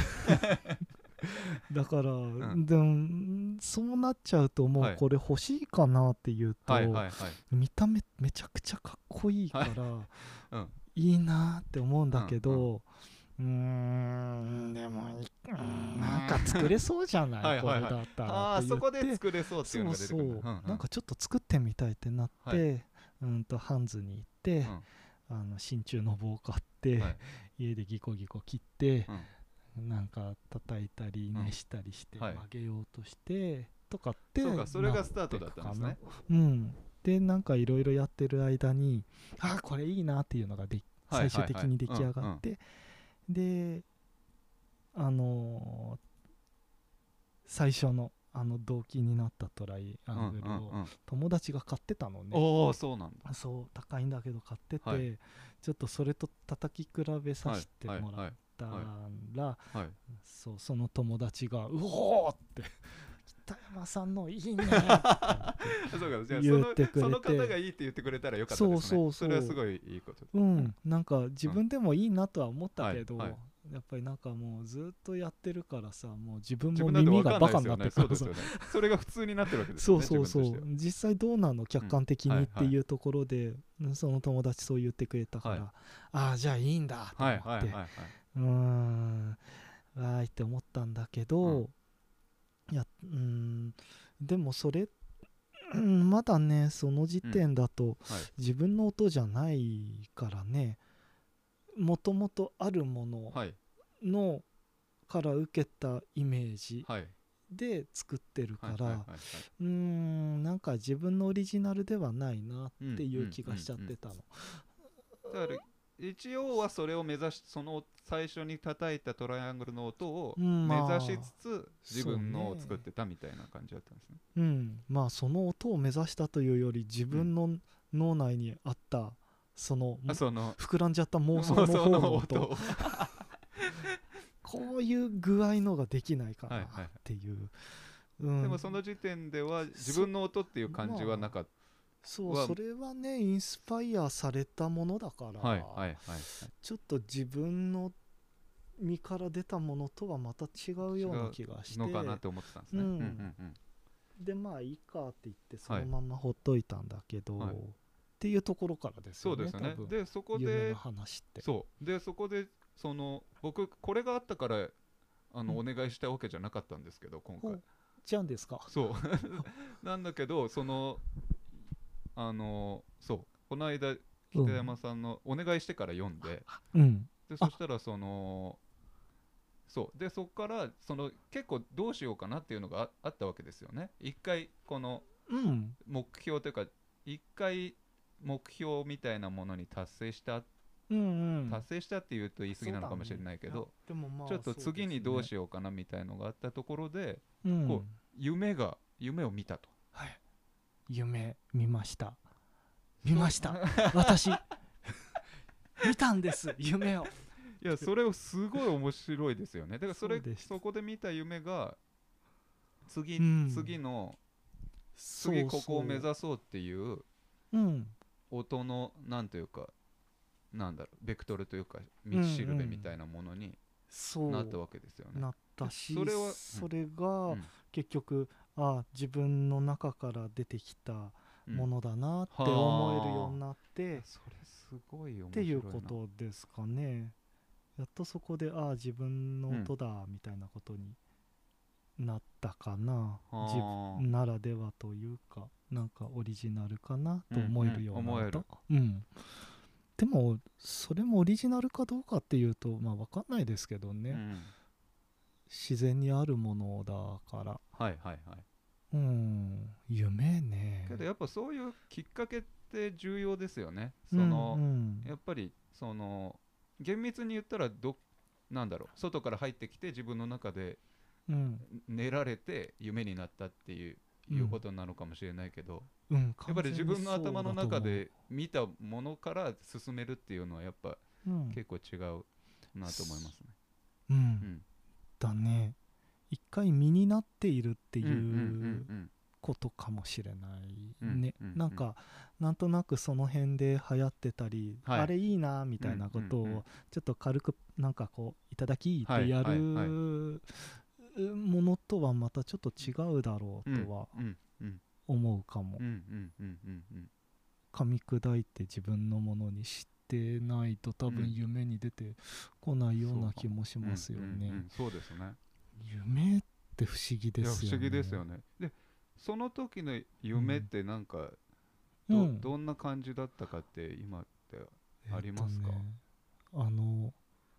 だから、うん、でもそうなっちゃうともうこれ欲しいかなっていうと、はいはいはいはい、見た目めちゃくちゃかっこいいから、はいうん、いいなって思うんだけど、うんうん、うーんでもうんなんか作れそうじゃないはいはい、はい、これだったらあそこで作れそうっていうのが出てくる。そうそう、うんうん、 なんかちょっと作ってみたいってなって、はい、うんとハンズに行って、うん、あの真鍮の棒を買って、はい、 家でギコギコ切って、うん、なんか叩いたり熱したりして曲げようとして、はい、とかってそうかそれがスタートだったんですね。 うんでなんかいろいろやってる間にあこれいいなっていうのがで最終的に出来上がってであのー、最初のあの動機になったトライアングルを友達が買ってたのね。 おおそうなんだ。 そう高いんだけど買ってて、 はい、 ちょっとそれと叩き比べさせてもらったら、そうその友達がうおーって北山さんのいいねって言ってくれて、 その方がいいって言ってくれたらよかったですね。そうそうそう、それはすごいいいことです。 うん、なんか自分でもいいなとは思ったけど、はいはい、やっぱりなんかもうずっとやってるからさ、もう自分も耳がバカになってるからさ、 それが普通になってるわけですよね。 そうそうそう、実際どうなの客観的にっていうところで、うんはいはい、その友達そう言ってくれたから、はい、ああじゃあいいんだと思って、はいはいはいはい、うーんわーいって思ったんだけど、うん、いやうーんでもそれ、うん、まだねその時点だと、うんはい、自分の音じゃないからね、もともとあるもののから受けたイメージで作ってるから、うーんなんか自分のオリジナルではないなっていう気がしちゃってたの。 だから一応はそれを目指しその最初に叩いたトライアングルの音を目指しつつ自分のを作ってたみたいな感じだったんですね。 うん、まあその音を目指したというより自分の脳内にあったその膨らんじゃった妄想の方の音こういう具合のができないかなっていう、 はいはいうん、でもその時点では自分の音っていう感じはなかった、まあ、 そうそれはねインスパイアされたものだから、はいはいはいはい、ちょっと自分の身から出たものとはまた違うような気がしてのかなって思ってたんですね、うんうんうん、 でまあいいかって言ってそのままほっといたんだけど、はいはい、っていうところからですよね。 そうですよね。でそこで夢の話ってそうでそこでその僕これがあったからあの、うん、お願いしたわけじゃなかったんですけど今回じゃんですかそうなんだけどそのあのそうこの間北山さんのお願いしてから読んで、うん、でそしたらそのそうでそこからその結構どうしようかなっていうのが あ, あったわけですよね。一回この目標というか、うん、一回目標みたいなものに達成した、うんうん、達成したっていうと言い過ぎなのかもしれないけど、ねまあ、ちょっと次にどうしようかなみたいのがあったところで、うん、こう夢が夢を見たと、 はい、夢見ました見ました私見たんです夢を。 いやそれをすごい面白いですよね。だからそれ そ, そこで見た夢が 次,、うん、次の次ここを目指そうっていう音のなんというかなんだろうベクトルというか道しるべみたいなものになったわけですよね、うんうん、 なったしそれは、うん、それが結局あ自分の中から出てきたものだなって思えるようになって、うん、 それすごい面白いなっていうことですかね。やっとそこでああ自分の音だみたいなことになったかな、うん、自分ならではというかなんかオリジナルかなと思えるような音、うんうん、でもそれもオリジナルかどうかっていうとまあ分かんないですけどね、うん、自然にあるものだからはいはいはいうん夢ね。 けどやっぱそういうきっかけって重要ですよね。その、うんうん、やっぱりその厳密に言ったらどなんだろう外から入ってきて自分の中で練られて夢になったっていう、うん、いうことなのかもしれないけど、うん、やっぱり自分の頭の中で見たものから進めるっていうのはやっぱ、うん、結構違うなと思いますね。 うん、うん、だね。一回身になっているっていうことかもしれないね。なんかなんとなくその辺で流行ってたり、はい、あれいいなみたいなことをちょっと軽くなんかこういただきってやるものとはまたちょっと違うだろうとは思うかも。噛み砕いて自分のものにしてないと多分夢に出てこないような気もしますよね。 そうですね。 夢って不思議ですよね。 いや不思議ですよね。でその時の夢ってなんか、うん、ど, どんな感じだったかって今ってありますか？ えっとね、あの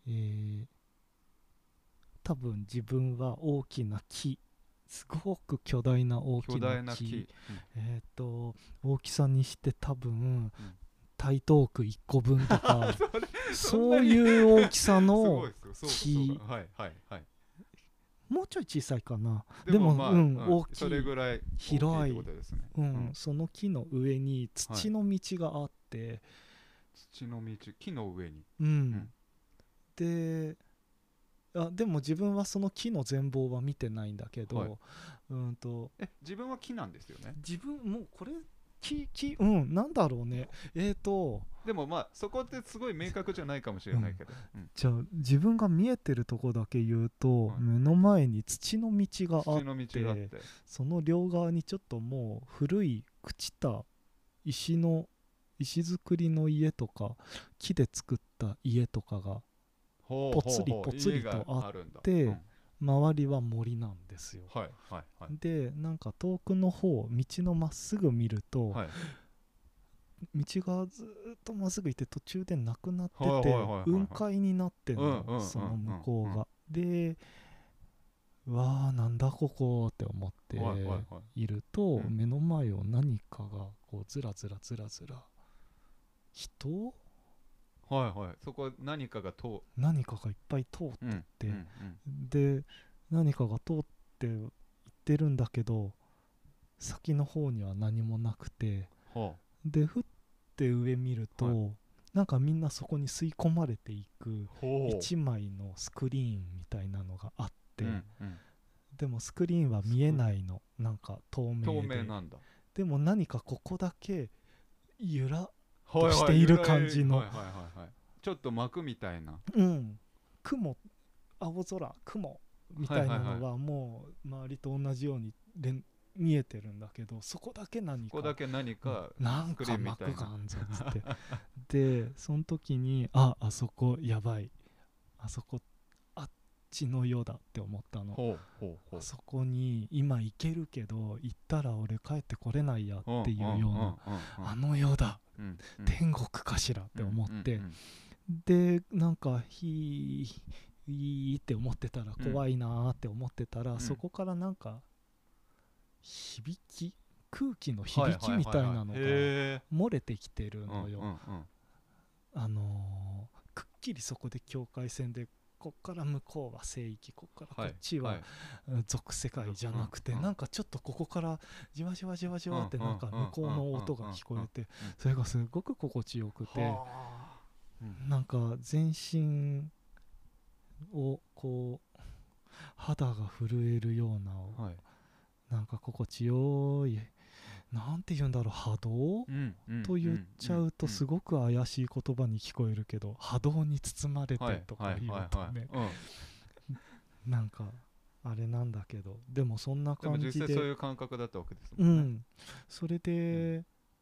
えー、多分自分は大きな木、すごく巨大な大きな 木, な木、うん、えっ、ー、と大きさにして多分、うん、台東区いっこぶんとかそういう大きさの木、 はいはいはい、 もうちょい小さいかな。 でも、 でも、 まあ、 うん、 うん、 大きい、 それぐらい広い、 大きいってことですね。 うんうん、その木の上に土の道があって、はい、 土の道、木の上に、 うん、うん、であでも自分はその木の全貌は見てないんだけど、はい、うんとえ自分は木なんですよね。 自分もうこれ木木うんなんだろうね、えーとでもまあそこってすごい明確じゃないかもしれないけど、 うんうん、じゃあ自分が見えてるとこだけ言うと、はい、目の前に土の道があって、 土の道があって、 その両側にちょっともう古い朽ちた石の石造りの家とか木で作った家とかがぽつりぽつりとあって、うん、周りは森なんですよ、 はいはいはい、 でなんか遠くの方道のまっすぐ見ると、はい、道がずっとまっすぐ行って途中でなくなってて雲海になってんの、その向こうが、うんうん、でわーなんだここって思っていると、はいはいはい、目の前を何かがこうずらずらずらずら人はいはい、そこ何かが通何かがいっぱい通ってって、うんうんうん、で何かが通っていってるんだけど先の方には何もなくて、はあ、でふって上見ると、はい、なんかみんなそこに吸い込まれていく一枚のスクリーンみたいなのがあって、うんうん、でもスクリーンは見えないの、なんか透明で、 透明なんだ。 でも何かここだけ揺らとしている感じの、 ちょっと幕みたいな、 うん、雲、青空、雲みたいなのはもう周りと同じように見えてるんだけど、そこだけ何かここだけ何かなんか幕があんぞっつってでその時にああそこやばい、あそこあっちの世だって思ったの。ほうほうほう、あそこに今行けるけど行ったら俺帰ってこれないやっていうような、あの世だ、うんうん、天国かしらって思って、うんうんうん、でなんかひーいいって思ってたら、怖いなーって思ってたら、うん、そこからなんか響き、空気の響きみたいなのが漏れてきてるのよ。あのー、くっきりそこで境界線で、こっから向こうは聖域、こっからこっちは俗世界じゃなくて、なんかちょっとここからじわじわじわじわってなんか向こうの音が聞こえて、それがすごく心地よくて、なんか全身をこう肌が震えるような、はい、なんか心地よい、なんて言うんだろう、波動、うんうん、と言っちゃうとすごく怪しい言葉に聞こえるけど、波動に包まれてとか言うとね、なんかあれなんだけど、でもそんな感じで、 でも実際そういう感覚だったわけですもんね。うん、 それで、うん、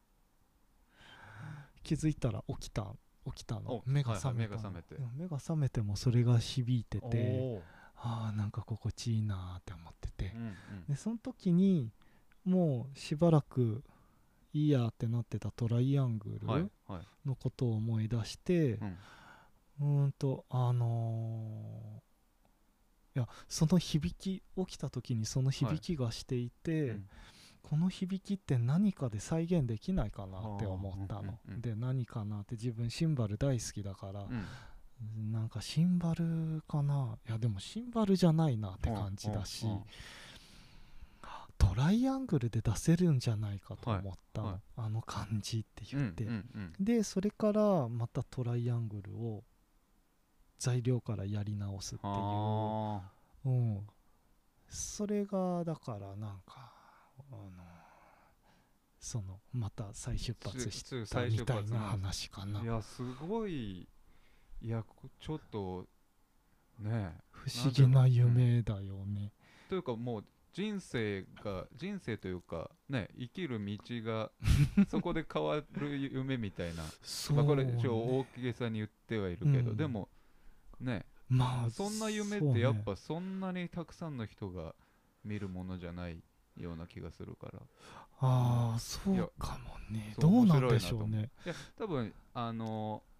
気づいたら起きた起きたの、目が覚めたの、はいはい、目が覚めて、目が覚めてもそれが響いてて、ああなんか心地いいなって思ってて、うんうん、でその時にもうしばらくいいやってなってたトライアングルのことを思い出して、はいはい、うーんとあのー、いやその響き、起きた時にその響きがしていて、はい、うん、この響きって何かで再現できないかなって思ったの、うんうんうん、で何かなって、自分シンバル大好きだから、うん、なんかシンバルかな、いやでもシンバルじゃないなって感じだし、うんうんうん、トライアングルで出せるんじゃないかと思った、はいはい、あの感じって言って、うんうんうん、でそれからまたトライアングルを材料からやり直すっていう、うん、それがだからなんかあのそのまた再出発したみたいな話かな。 いやすごい、いやちょっとね不思議な夢だよね、 うん、というかもう人生が人生というかね、生きる道がそこで変わる夢みたいなまあこれ一応大げさに言ってはいるけど、うん、でもね、まあそんな夢ってやっぱそんなにたくさんの人が見るものじゃないような気がするから、 ああそうかもね、どうなんでしょうね。 いや多分あの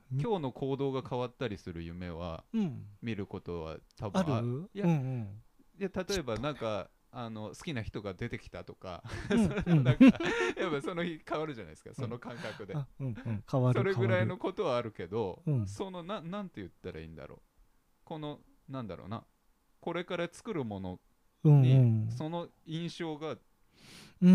今日の行動が変わったりする夢は見ることは多分ある。 いや、 うんうん、 いや例えばなんかあの好きな人が出てきたとか、うん、なんかやっぱその日変わるじゃないですか、その感覚で、うんうんうん、変わる。 それぐらいのことはあるけど、 うん、 そのななんて言ったらいいんだろう、このなんだろうな、これから作るものにその印象が、うん、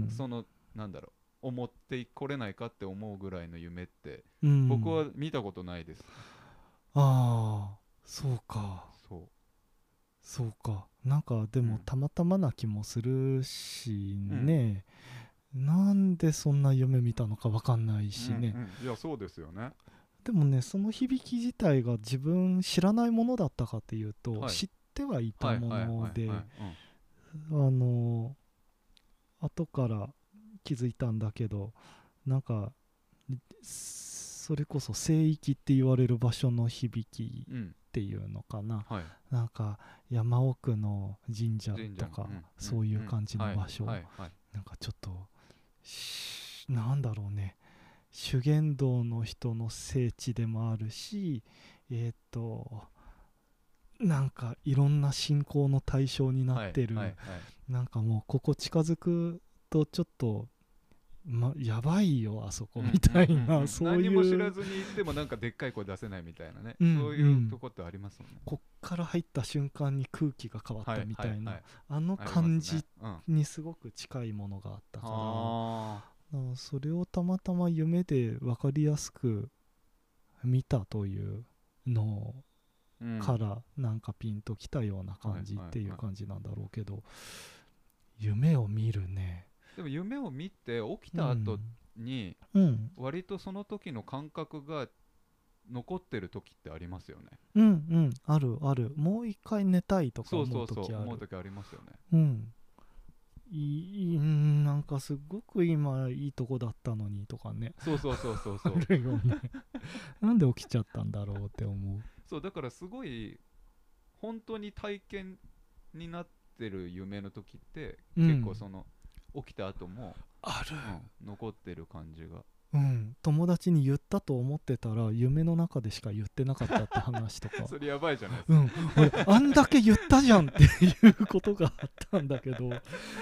そのなんだろう、思ってこれないかって思うぐらいの夢って、うん、僕は見たことないです。 ああ、そうか。 そうそうか。なんかでもたまたまな気もするしね、うん、なんでそんな夢見たのか分かんないしね、 うんうん、いやそうですよね。 でもね、その響き自体が自分知らないものだったかっていうと、はい、知ってはいたもので、あの後から気づいたんだけど、なんかそれこそ聖域って言われる場所の響きっていうのかな、うんはい、なんか山奥の神社とか、うん、そういう感じの場所、なんかちょっとなんだろうね、修験道の人の聖地でもあるし、えっとなんかいろんな信仰の対象になってる、はいはいはい、なんかもうここ近づくとちょっとま、やばいよあそこみたいな、うんうんうん、そういう何も知らずに行ってもなんかでっかい声出せないみたいなね、うんうん、そういうとこってありますもんね。 こっから入った瞬間に空気が変わったみたいな、はいはいはい、あの感じにすごく近いものがあったから、うん、それをたまたま夢で分かりやすく見たというのからなんかピンときたような感じっていう感じなんだろうけど、夢を見るね。 でも夢を見て起きた後に割とその時の感覚が残ってる時ってありますよね。 うんうん、あるある。もう一回寝たいとか思う時ある。 そうそうそう、思う時ありますよね。 うん。いい、なんかすごく今いいとこだったのにとかね。 そうそうそうそうそう。 あるよね。なんで起きちゃったんだろうって思う。 そうだからすごい本当に体験になってる夢の時って、うん、結構その起きた後もある、 うん、残ってる感じが、 うん、友達に言ったと思ってたら夢の中でしか言ってなかったって話とかそれやばいじゃないですか、うん、 俺あんだけ言ったじゃんっていうことがあったんだけど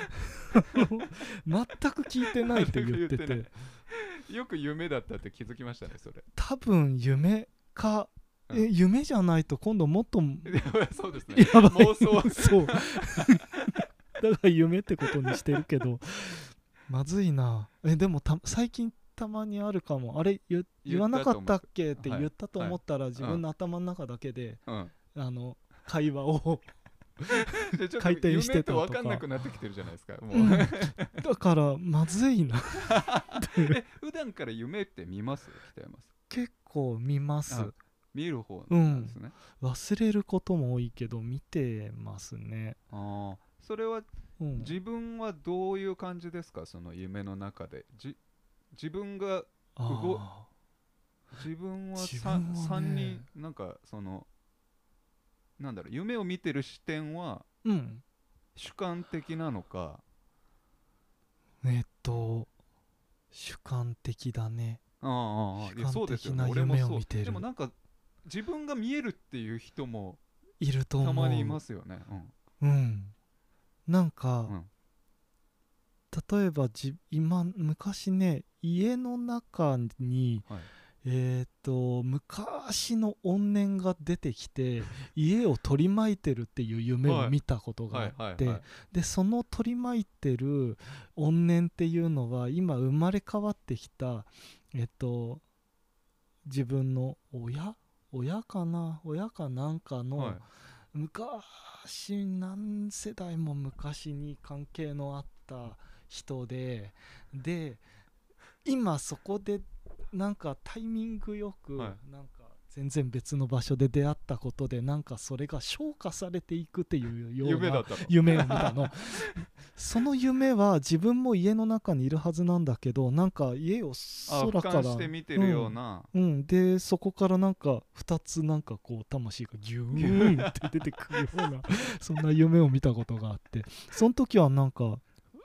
全く聞いてないって言ってててよく夢だったって気づきましたね。それ多分夢か、うん、え夢じゃないと今度もっとそうですね、やばい妄想そうだから夢ってことにしてるけどまずいな。えでもた最近たまにあるかも。あれ 言, 言わなかったっけって言ったと思ったら、はい、自分の頭の中だけで、うん、あの会話を回転してたとか。 分かんなくなってきてるじゃないですかもう、 うん、だからまずいなえ普段から夢って見ます？北山さん。 結構見ます。 見る方なんですね、 うん、忘れることも多いけど見てますね。 ああ、それは、うん、自分はどういう感じですか？その夢の中でじ自分が動自分は 3, さんにんなんかそのなんだろう、夢を見てる視点は、うん、主観的なのか。 えっと主観的だね。 ああ、主観的な夢を見てる。でもなんか自分が見えるっていう人もいると思う。 たまにいますよね。 うん、うん、なんか、うん、例えばじ今昔ね家の中に、はい、えっと昔の怨念が出てきて家を取り巻いてるっていう夢を見たことがあって、でその取り巻いてる怨念っていうのは今生まれ変わってきたえっと自分の親親かな親かなんかの、はい、昔何世代も昔に関係のあった人でで今そこでなんかタイミングよく、はい、なんか全然別の場所で出会ったことでなんかそれが消化されていくっていうような夢を見たのその夢は自分も家の中にいるはずなんだけどなんか家を空から俯瞰して見てるような、 うんうん、でそこからなんかふたつなんかこう魂がギューンって出てくるようなそんな夢を見たことがあってその時はなんか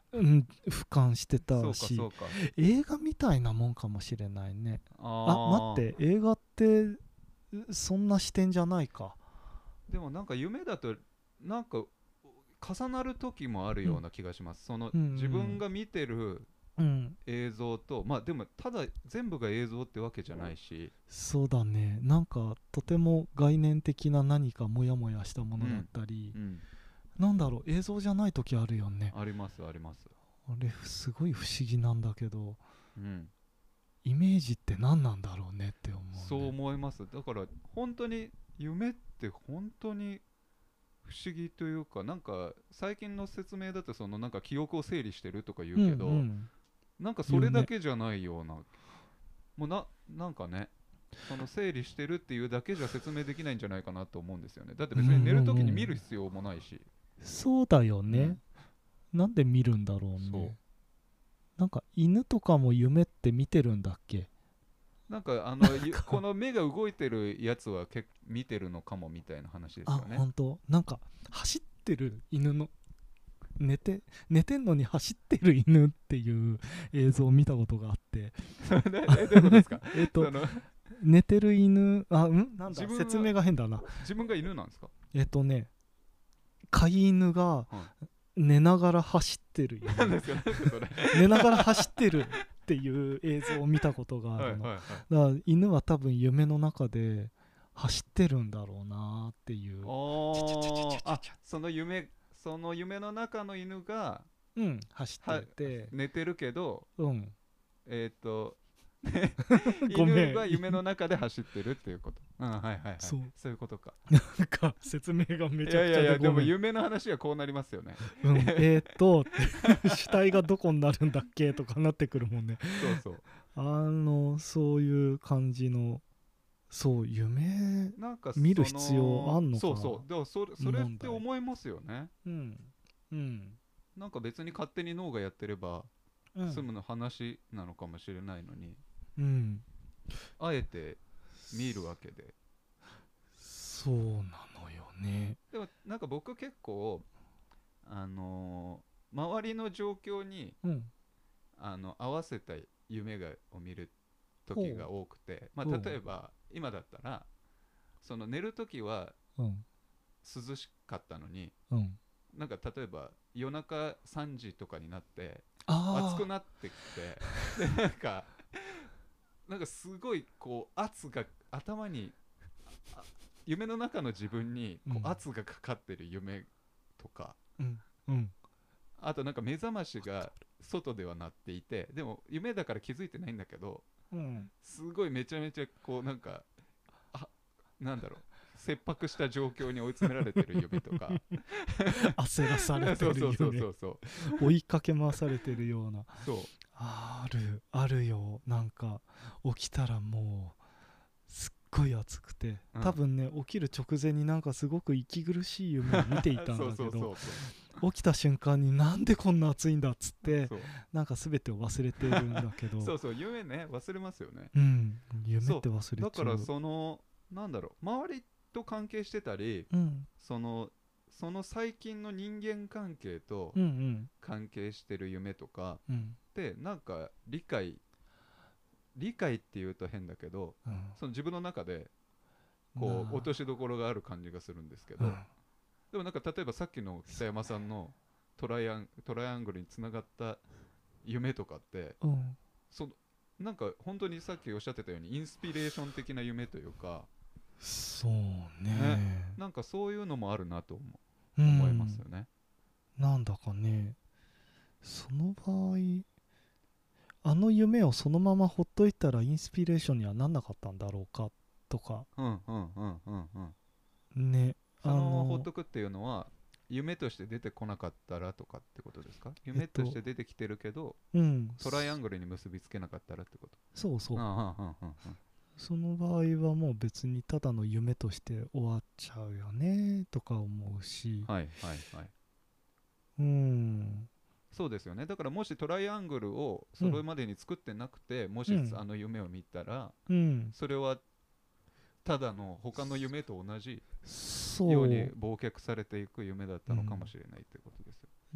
うん、俯瞰してたし、映画みたいなもんかもしれないね。あ、待って、映画ってそんな視点じゃないか。 でもなんか夢だとなんか重なる時もあるような気がします、うん、その、うんうん、自分が見てる映像と、うん、まあでもただ全部が映像ってわけじゃないし、 そうだね、なんかとても概念的な何かモヤモヤしたものだったり、うんうん、なんだろう、映像じゃない時あるよね。 ありますあります。 あれすごい不思議なんだけど、 うん、 イメージって何なんだろうねって思う、ね、 そう思います。だから本当に夢って本当に不思議というか、なんか最近の説明だとそのなんか記憶を整理してるとか言うけど、うんうん、なんかそれだけじゃないような、もうな、なんかね、その整理してるっていうだけじゃ説明できないんじゃないかなと思うんですよね。だって別に寝るときに見る必要もないし、うんうんうん、そうだよね、うん、なんで見るんだろうね。そう、なんか犬とかも夢って見てるんだっけ。 なんかあのこの目が動いてるやつはけ見てるのかもみたいな話ですよね。 あ、本当。なんか走ってる犬の寝て寝てんのに走ってる犬っていう映像を見たことがあってどういうことですか。 えっと寝てる犬、あ、うんなんだ、説明が変だな。 自分が犬なんですか。 えっとね飼い犬が寝ながら走ってる犬、 なんですかそれ寝ながら走ってるっていう映像を見たことがあるの。はいはいはい、だから犬は多分夢の中で走ってるんだろうなっていう。 あ、その夢その夢の中の犬が、 うん、走ってて寝てるけど、 うん、 えっ、ー、と犬が夢の中で走ってるっていうこと。うん、はいはいはい。そう、そういうことか。 なんか説明がめちゃくちゃで、いやいやいや、 でも夢の話はこうなりますよね。 うん、えーっと主体がどこになるんだっけとかなってくるもんね。 そうそう。 あのそういう感じの、そう夢なんか見る必要あんのか。 そうそう。でもそれそれって思いますよね。 うんうん。 なんか別に勝手に脳がやってれば済むの話なのかもしれないのに。 うん、 あえて見るわけで。 そうなのよね。 でもなんか僕結構あのー、周りの状況に、うん、あの合わせた夢がを見る時が多くて、まあ、例えば今だったらその寝る時は涼しかったのに、うん、なんか例えば夜中さんじとかになって暑くなってきてでなんかなんかすごいこう圧が頭に夢の中の自分にこう圧がかかってる夢とか、 うんうん、 あとなんか目覚ましが外では鳴っていてでも夢だから気づいてないんだけど、うん、すごいめちゃめちゃこうなんかあなんだろう切迫した状況に追い詰められてる夢とか焦らされてる夢、 そうそうそうそう追いかけ回されてるような。 そうあるあるよ。なんか起きたらもうすっごい暑くて、多分ね、うん、起きる直前になんかすごく息苦しい夢を見ていたんだけど起きた瞬間になんでこんな暑いんだっつってなんか全てを忘れてるんだけどそうそう夢ね忘れますよね。 うん夢って忘れちゃう。 だからそのなんだろう周りと関係してたり、うん、そのその最近の人間関係と関係してる夢とか、うんうん、でなんか理解理解っていうと変だけど、うん、その自分の中でこう落としどころがある感じがするんですけど、うん、でもなんか例えばさっきの北山さんのトライアン、トライアングルにつながった夢とかって、うん、そのなんか本当にさっきおっしゃってたようにインスピレーション的な夢というか、 そうね、 ね、なんかそういうのもあるなと思う思いますよね。 なんだかねその場合あの夢をそのままほっといたらインスピレーションにはなんなかったんだろうかとか、 うんうんうんうんうんね、 そのほっとくっていうのは夢として出てこなかったらとかってことですか。夢として出てきてるけど、えっと、うん、トライアングルに結びつけなかったらってこと。 そうそう、 うんうんうんうんうん、 その場合はもう別にただの夢として終わっちゃうよねとか思うし、 はいはいはい、 うん、 そうですよね。だからもしトライアングルをそれまでに作ってなくて、うん、もしあの夢を見たら、うん、それはただの他の夢と同じように忘却されていく夢だったのかもしれないってことですよ。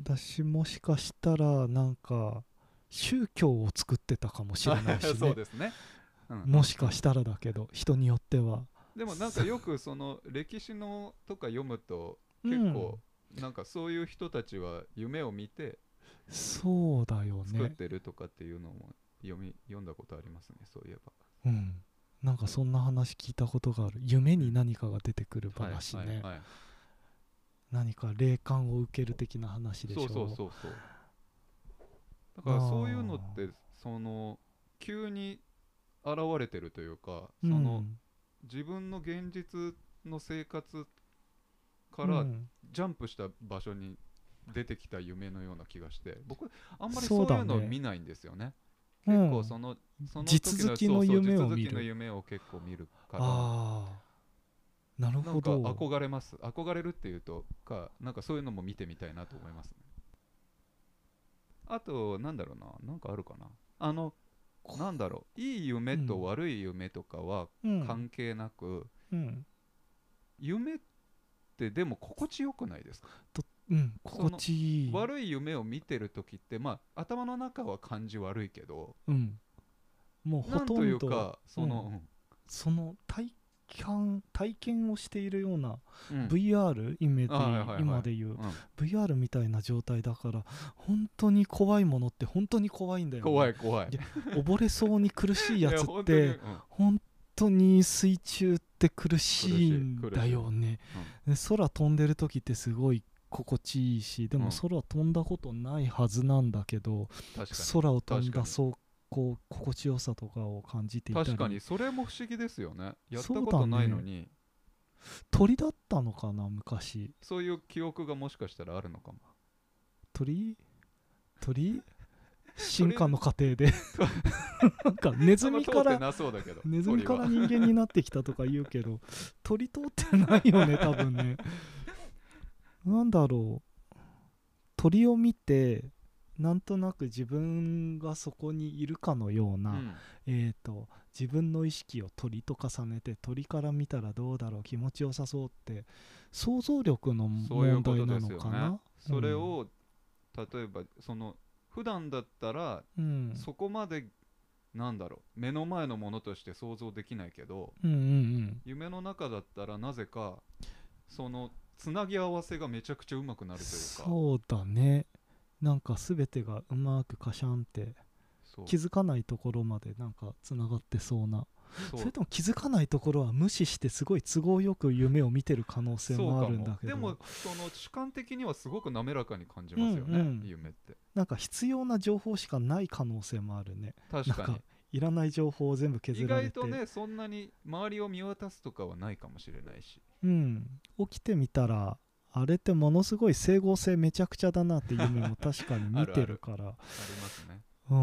私もしかしたらなんか宗教を作ってたかもしれないしねそうですね、 うん、もしかしたらだけど、人によっては。 でもなんかよくその歴史のとか読むと結構なんかそういう人たちは夢を見てそうだよね作ってるとかっていうのも読み読んだことありますね、そういえば。 うん、なんかそんな話聞いたことがある。夢に何かが出てくる話ね、はいはいはい、何か霊感を受ける的な話でしょ。 そうそうそうそう。だからそういうのってその急に現れてるというか、その、うん、自分の現実の生活からジャンプした場所に出てきた夢のような気がして、僕あんまりそういうのを見ないんですよね。結構その、うん、その時の地続きの夢を見る。 そうそう、地続きの夢を結構見るから、 あー、なるほど。 なんか憧れます。憧れるっていうとか、なんかそういうのも見てみたいなと思いますね。あとなんだろうな、なんかあるかな。あのなんだろう、いい夢と悪い夢とかは関係なく、うんうん、夢ってでも心地よくないですか？ と、うん、心地いい。 悪い夢を見てる時って、まあ頭の中は感じ悪いけど、 うん、もうほとんどなんというかその、 うん、その体験体験をしているような、うん、ブイアール イメージ、今でいう、うん、ブイアール みたいな状態だから、本当に怖いものって本当に怖いんだよね。 怖い怖い。 溺れそうに苦しいやつって本当に水中って苦しいんだよね、うん、で空飛んでる時ってすごい心地いいし、でも空飛んだことないはずなんだけど、うん、空を飛んだそうこう心地よさとかを感じていたり。 確かにそれも不思議ですよね。やったことないのに、ね、 鳥だったのかな昔。 そういう記憶がもしかしたらあるのかも。 鳥鳥進化の過程でなんかネズミからネズミから人間になってきたとか言うけど、鳥通ってないよね多分ね。なんだろう、鳥を見てなんとなく自分がそこにいるかのような、うん、えーと自分の意識を鳥と重ねて、鳥から見たらどうだろう、気持ちよさそうって、想像力の問題なのかな。 それを例えばその普段だったら、うん、そこまでなんだろう、目の前のものとして想像できないけど、うんうんうん、夢の中だったらなぜかそのつなぎ合わせがめちゃくちゃうまくなるというか。 そうだね、なんか全てがうまくカシャンって気づかないところまでなんかつながってそうな。 そ, それとも気づかないところは無視してすごい都合よく夢を見てる可能性もあるんだけど、 でもその主観的にはすごく滑らかに感じますよね、うんうん、夢って。 なんか必要な情報しかない可能性もあるね。 確かになんかいらない情報を全部削られて、 意外とねそんなに周りを見渡すとかはないかもしれないし、 うん、起きてみたらあれってものすごい整合性めちゃくちゃだなっていう夢も確かに見てるからあるあるありますね。 うん、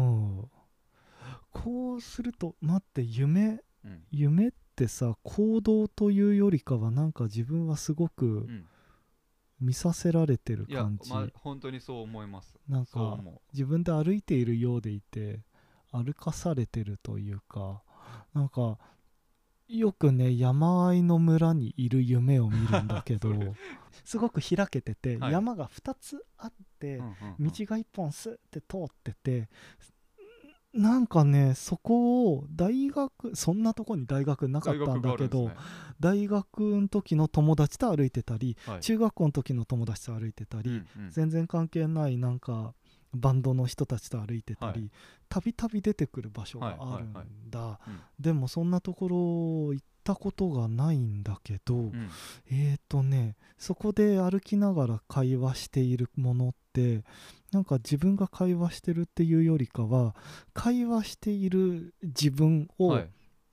こうすると待って、夢、うん、夢ってさ、行動というよりかはなんか自分はすごく見させられてる感じ、 いや、まあ、本当にそう思います。 なんか自分で歩いているようでいて歩かされてるというか、なんかよくね山あいの村にいる夢を見るんだけどすごく開けてて、はい、山がふたつあって、うんうんうん、道がいっぽんスッて通ってて、なんかねそこを大学、そんなとこに大学なかったんだけど、大学の時の友達と歩いてたり、はい、中学校の時の友達と歩いてたり、うんうん、全然関係ないなんかバンドの人たちと歩いてたり、たびたび出てくる場所があるんだ、はいはいはい、うん、でもそんなところ行ったことがないんだけど、うん、えーとねそこで歩きながら会話しているものって、なんか自分が会話してるっていうよりかは会話している自分を、はい、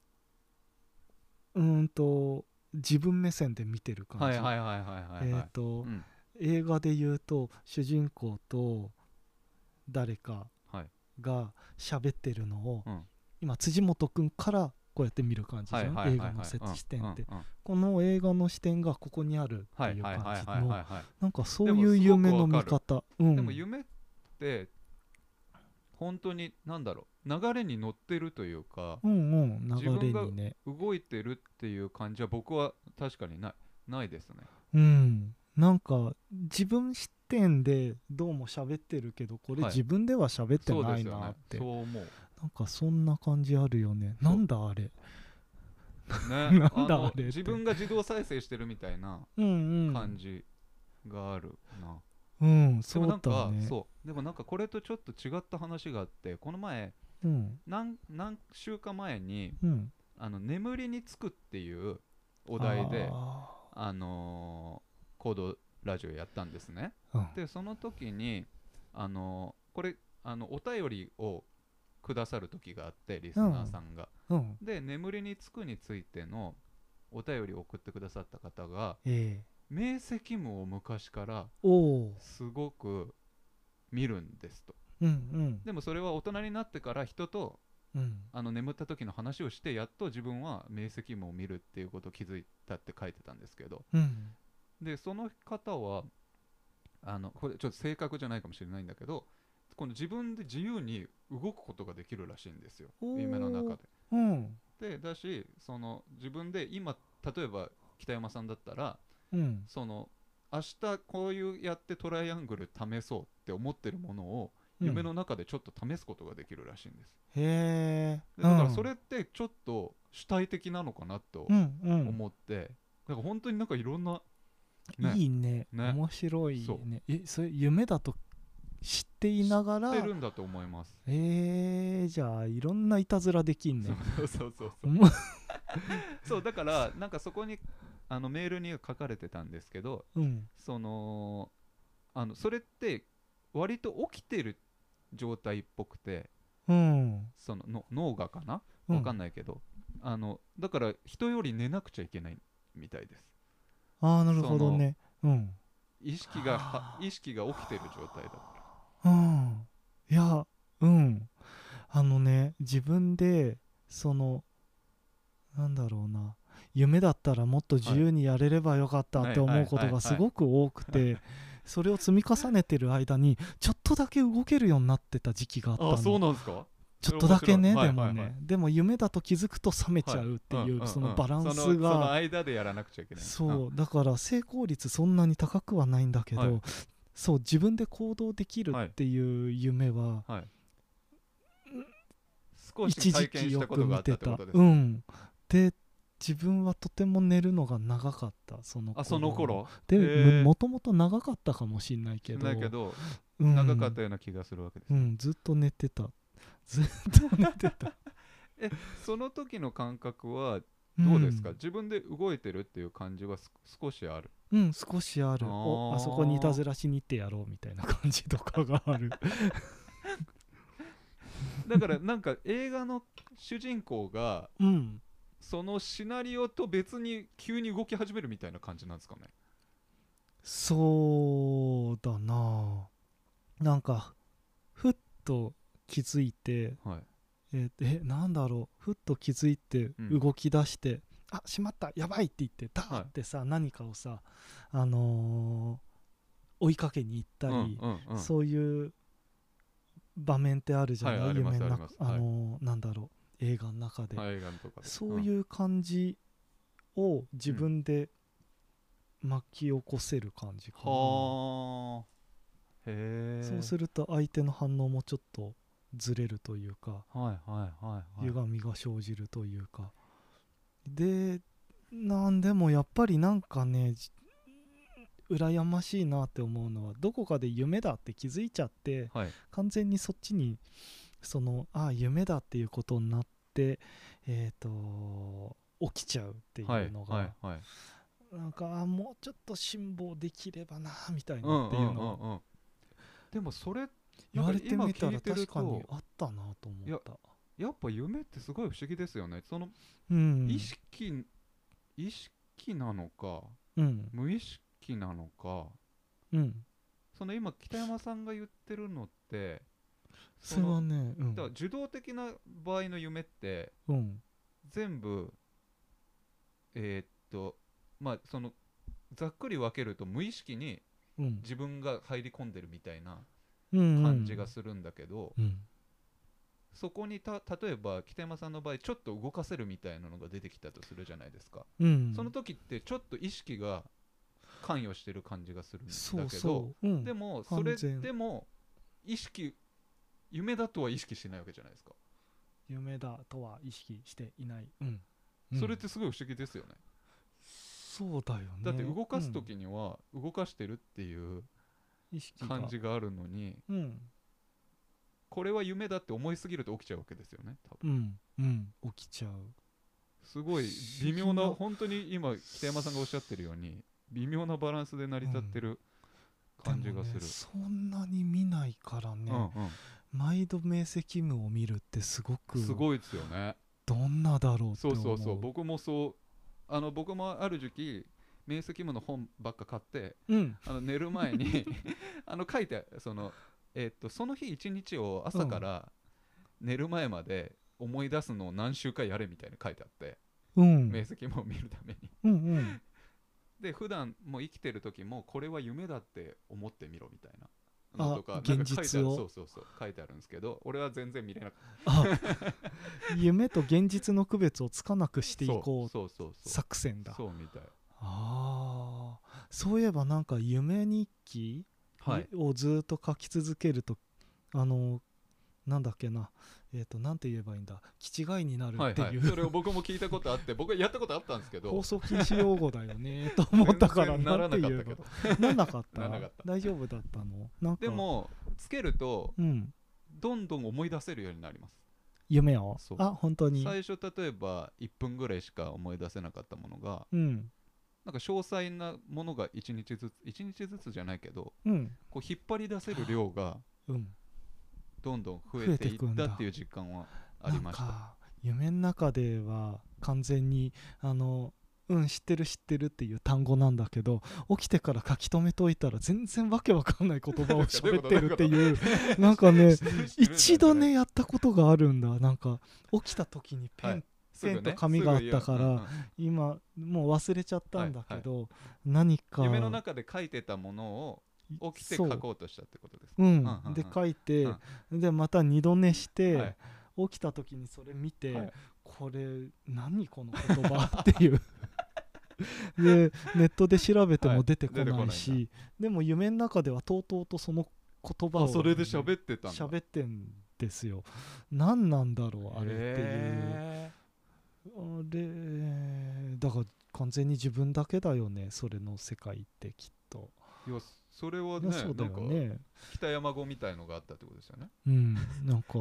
うーんと自分目線で見てる感じ。えーと、うん、映画で言うと主人公と誰かが喋ってるのを、はい、今辻元くんからこうやって見る感じじゃん、映画の視点って、うんうんうん、この映画の視点がここにあるっていう感じの、なんかそういう夢の見方。 でも、うん、でも夢って本当に何だろう、流れに乗ってるというか、 うんうん、流れにね、 自分が動いてるっていう感じは僕は確かにないないですね。 うん、なんか自分点でどうも喋ってるけどこれ自分では喋ってないなって、 はい、そうですよね、そう思う。 なんかそんな感じあるよね。なんだあれねなんだあれ自分が自動再生してるみたいな感じがあるな。 うん、うん、 そうだね。そうでもなんかこれとちょっと違った話があって、この前、うん、何, 何週間前に、うん、あの眠りにつくっていうお題であ、あのー、コードラジオやったんですね、うん、でその時に、あのー、これあのお便りをくださる時があって、リスナーさんが、うん、で眠りにつくについてのお便りを送ってくださった方が、えー、明晰夢を昔からすごく見るんですと、うんうん、でもそれは大人になってから人と、うん、あの眠った時の話をしてやっと自分は明晰夢を見るっていうことを気づいたって書いてたんですけど、うん、でその方はあのこれちょっと正確じゃないかもしれないんだけど、この自分で自由に動くことができるらしいんですよ、夢の中で、うん、でだしその自分で今例えば北山さんだったら、うん、その明日こういうやってトライアングル試そうって思ってるものを夢の中でちょっと試すことができるらしいんです、うん、へー、だからそれってちょっと主体的なのかなと思って、うんうん、だから本当になんかいろんな、 ね、いい ね, ね面白いね。えそれ夢だと知っていながら知ってるんだと思います。 えー、じゃあいろんないたずらできんね。 そうそうそうそうそうだからなんかそこにあのメールに書かれてたんですけど、うん、そのあのそれって割と起きてる状態っぽくて、うん、そのの脳がかな分かんないけど、うん、あのだから人より寝なくちゃいけないみたいです。 ああなるほどね、うん、 意識が意識が起きてる状態だから、 うん、いやうんあのね自分でそのなんだろうな夢だったらもっと自由にやれればよかったって思うことがすごく多くて、それを積み重ねてる間にちょっとだけ動けるようになってた時期があったの。 あ、そうなんですか。 ちょっとだけね、でもね、でも夢だと気づくと冷めちゃうっていう、そのバランスが、その間でやらなくちゃいけない。 そうだから成功率そんなに高くはないんだけど、そう自分で行動できるっていう夢は、一時期よく見てた。うん。で自分はとても寝るのが長かった、その頃。 あ、その頃でもともと長かったかもしれないけどないけど、うん、長かったような気がするわけです、 ね、うん、ずっと寝てたずっと寝てたえその時の感覚はどうですか、うん、自分で動いてるっていう感じは少しある。 うん、少しある。あおあそこにいたずらしに行ってやろうみたいな感じとかがあるだからなんか映画の主人公が、うん、そのシナリオと別に急に動き始めるみたいな感じなんですかね。 そうだな、なんかふっと気づいて、はい、えー、えなんだろうふっと気づいて動き出して、うん、あしまったやばいって言ってダーってさ、はい、何かをさ、あのー、追いかけに行ったり、うんうんうん、そういう場面ってあるじゃない、はい、夢の中、あのー、なんだろう映画の中で、はい、映画のとかでそういう感じを自分で巻き起こせる感じかな、うん、はへそうすると相手の反応もちょっとずれるというか、はいはいはいはい、歪みが生じるというかで、なんでもやっぱりなんかね羨ましいなって思うのはどこかで夢だって気づいちゃって、はい、完全にそっちにそのああ夢だっていうことになってえっ、ー、と起きちゃうっていうのが、はいはいはい、なんかもうちょっと辛抱できればなみたいなっていうのは、うんうんうんうん、 でもそれ言われてみたら確かにあったなと思った。 や, やっぱ夢ってすごい不思議ですよね。その、うん、意識意識なのか、うん、無意識なのか、うん、その今北山さんが言ってるのってそれはね、うん、 だから受動的な場合の夢って、うん、全部えー、っとまあそのざっくり分けると無意識に自分が入り込んでるみたいな感じがするんだけど、うんうんうん、そこにた例えば北山さんの場合ちょっと動かせるみたいなのが出てきたとするじゃないですか、うん、その時ってちょっと意識が関与してる感じがするんだけど、 そうそう、うん、 でもそれでも意識夢だとは意識してないわけじゃないですか。 夢だとは意識していない、うんうん、それってすごい不思議ですよね。 そうだよね。 だって動かす時には動かしてるっていう感じがあるのに、 うん、 これは夢だって思いすぎると起きちゃうわけですよね多分。 うんうん、起きちゃう。 すごい微妙な、本当に今北山さんがおっしゃってるように微妙なバランスで成り立ってる感じがする、うん、 ね、そんなに見ないからね、うんうん、毎度明晰夢を見るってすごくすごいですよね。 どんなだろうって思う。 そうそうそう、僕もそう、あの僕もある時期明晰夢の本ばっか買って、うん、あの寝る前にあの書いてその、えー、っとその日一日を朝から寝る前まで思い出すのを何週間やれみたいに書いてあって、うん、明晰夢を見るためにうん、うん、で普段もう生きてる時もこれは夢だって思ってみろみたいなのとか、 現実をそうそうそう書いてあるんですけど、俺は全然見れなかった夢と現実の区別をつかなくしていこう作戦だ。 そうみたい。 ああ、そういえばなんか夢日記をずっと書き続けると、あのなんだっけな、えーと、なんて言えばいいんだ、気違いになるっていう、はいはい、 それを僕も聞いたことあって僕はやったことあったんですけど放送禁止用語だよねと思ったからなんて言うのならなかったならなかった大丈夫だったの。なんかでもつけると、うん、どんどん思い出せるようになります、 夢を。あ、本当に最初例えばいっぷんぐらいしか思い出せなかったものが、うん、なんか詳細なものがいちにちずついちにちずつじゃないけど、うん、こう引っ張り出せる量が、うんどんどん増えていったっていう実感はありました。 なんか夢の中では完全にあのうん知ってる知ってるっていう単語なんだけど、起きてから書き留めといたら全然わけわかんない言葉を喋ってるっていうなんかね一度ねやったことがあるんだ。なんか起きた時にペン、はいペンと紙があったから、うんうん、今もう忘れちゃったんだけど、はいはい、何か夢の中で書いてたものを起きて書こうとしたってことですか。 う、うんうんうん、で書いて、うん、でまた二度寝して、はい、起きた時にそれ見て、はい、これ何この言葉っていうでネットで調べても出てこないし、はい、でも夢の中ではとうとうとその言葉をそれで喋ってたんだ。 喋ってんですよ。何なんだろうあれっていうあれだから完全に自分だけだよねそれの世界ってきっと。 いやそれはね、 そうだよね、 なんか北山語みたいのがあったってことですよね。 うんなんか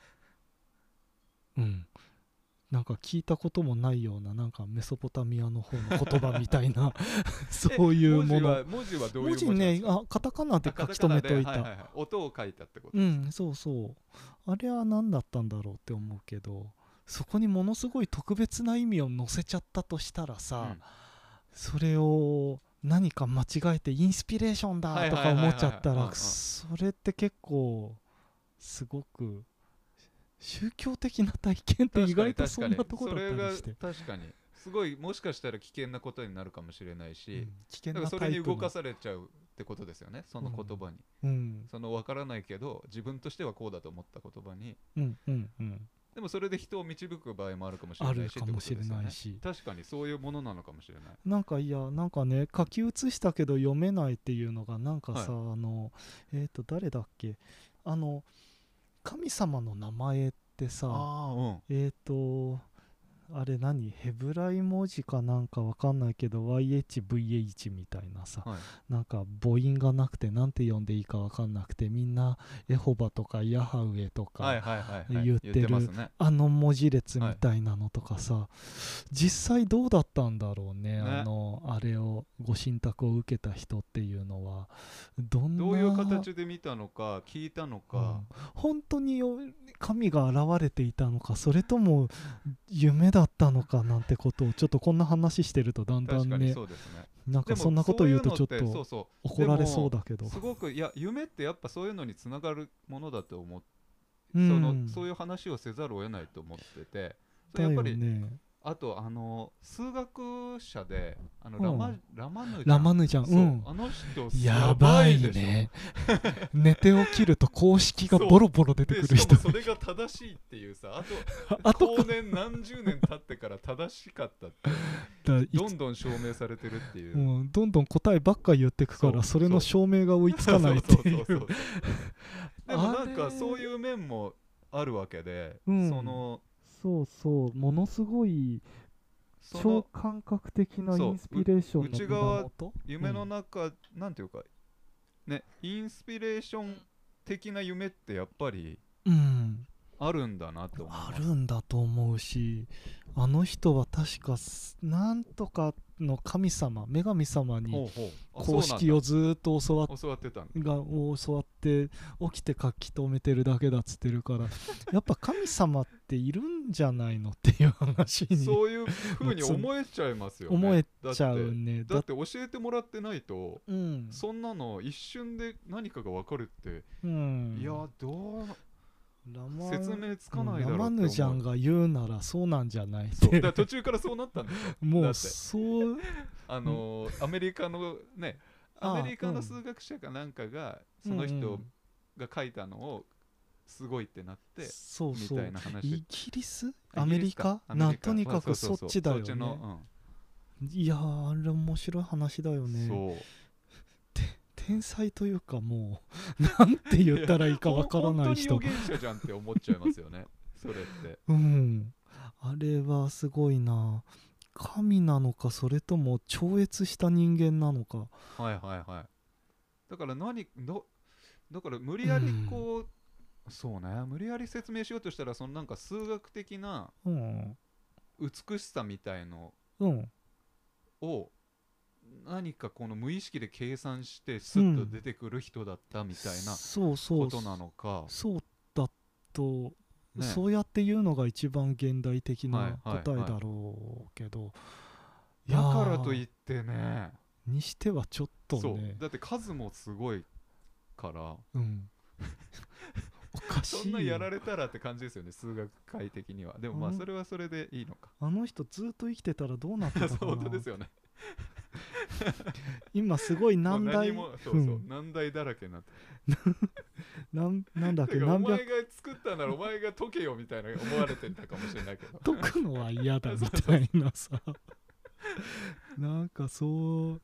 うんなんか聞いたこともないようななんかメソポタミアの方の言葉みたいなそういうもの。 文字はどういう文字なんですか？文字ね、あカタカナで書き留めといた、はいはいはい、 音を書いたってことです。うんそうそう、あれは何だったんだろうって思うけど、そこにものすごい特別な意味を載せちゃったとしたらさ、うん、それを何か間違えてインスピレーションだとか思っちゃったらそれって結構すごく宗教的な体験って意外とそんなところだったりして、 それが確かにすごいもしかしたら危険なことになるかもしれないし、うん、危険なタイプのそれに動かされちゃうってことですよねその言葉に、うん、その分からないけど自分としてはこうだと思った言葉に、うんうんうん、でもそれで人を導く場合もあるかもしれないし、 あるかもしれないし、 確かにそういうものなのかもしれない。 なんかいやなんかね書き写したけど読めないっていうのがなんかさ、はい、あのえっと誰だっけ、あの神様の名前ってさ、あ、うん、えっとあれ何ヘブライ文字かなんかわかんないけど ワイエイチブイエイチ みたいなさ、はい、なんか母音がなくてなんて読んでいいかわかんなくてみんなエホバとかヤハウエとか言ってるあの文字列みたいなのとかさ、はい、実際どうだったんだろう ね, ねあのあれをご神託を受けた人っていうのはどんなどういう形で見たのか聞いたのか、うん、 本当に神が現れていたのかそれとも夢だったのかなんてことをちょっとこんな話してるとだんだん ね, そうですねなんかそんなこと言うとちょっと怒られそうだけど、 すごくいや夢ってやっぱそういうのにつながるものだと思って、うん、そのそういう話をせざるを得ないと思ってて、それやっぱり、ね、 あとあの数学者であのラマ、うん、ラマヌジャンラマヌジャン、うん、 あの人やばいね寝て起きると公式がボロボロ出てくる人、 しかもそれが正しいっていうさ、あと後年何十年経ってから正しかったってどんどん証明されてるっていう、 うん、どんどん答えばっか言ってくから そ, それの証明が追いつかないっていうでもなんかそういう面もあるわけで、 うん、 そのそうそう、ものすごい超感覚的なインスピレーションの内側、夢の中、うん、なんていうかね、インスピレーション的な夢ってやっぱりあるんだなって思います、 うん、あるんだと思うし、あの人は確かなんとかの神様、女神様に公式をずっと教わっ教わってたんが教わって起きて書き留めてるだけだっつってるからやっぱ神様っているんじゃないのっていう話にそういう風に思えちゃいますよね。 思えちゃうね。 だってだって教えてもらってないと、 うん、 そんなの一瞬で何かが分かるって、 うん、 いやどう説明つかないだろうって思う。 ラマヌジャンが言うならそうなんじゃないって。 そうだから途中からそうなったんですよもうそうあのー、アメリカのねアメリカの数学者かなんかが、うん、その人が書いたのをすごいってなって、 そうそう、 みたいな話。 イギリスアメリカな、とにかくそっちだよね。うん、いやー、あれ面白い話だよね。 そう天才というか、もうなんて言ったらいいかわからない人。 本当に予言者じゃんって思っちゃいますよねそれって。 うん、あれはすごいな。神なのか、それとも超越した人間なのか。 はいはいはい。だから何どだから無理やりこう、うん、そうね、無理やり説明しようとしたら、そのなんか数学的な美しさみたいのを何かこの無意識で計算してスッと出てくる人だったみたいなことなのか、 うん、そうそうそうだと、ね、そうやって言うのが一番現代的な答えだろうけど、 はいはいはい、だからといってねにしてはちょっとね、 そうだって数もすごいから、 うんおかしい、 そんなやられたらって感じですよね、数学界的には。でもまあそれはそれでいいのか。 あの人ずっと生きてたらどうなってたかなそうですよね今すごい難題もそうそう、うん、難題だらけになってな, なんだっけ、 お前が作ったならお前が解けよみたいな思われてたかもしれないけど解くのは嫌だみたいなさなんかそう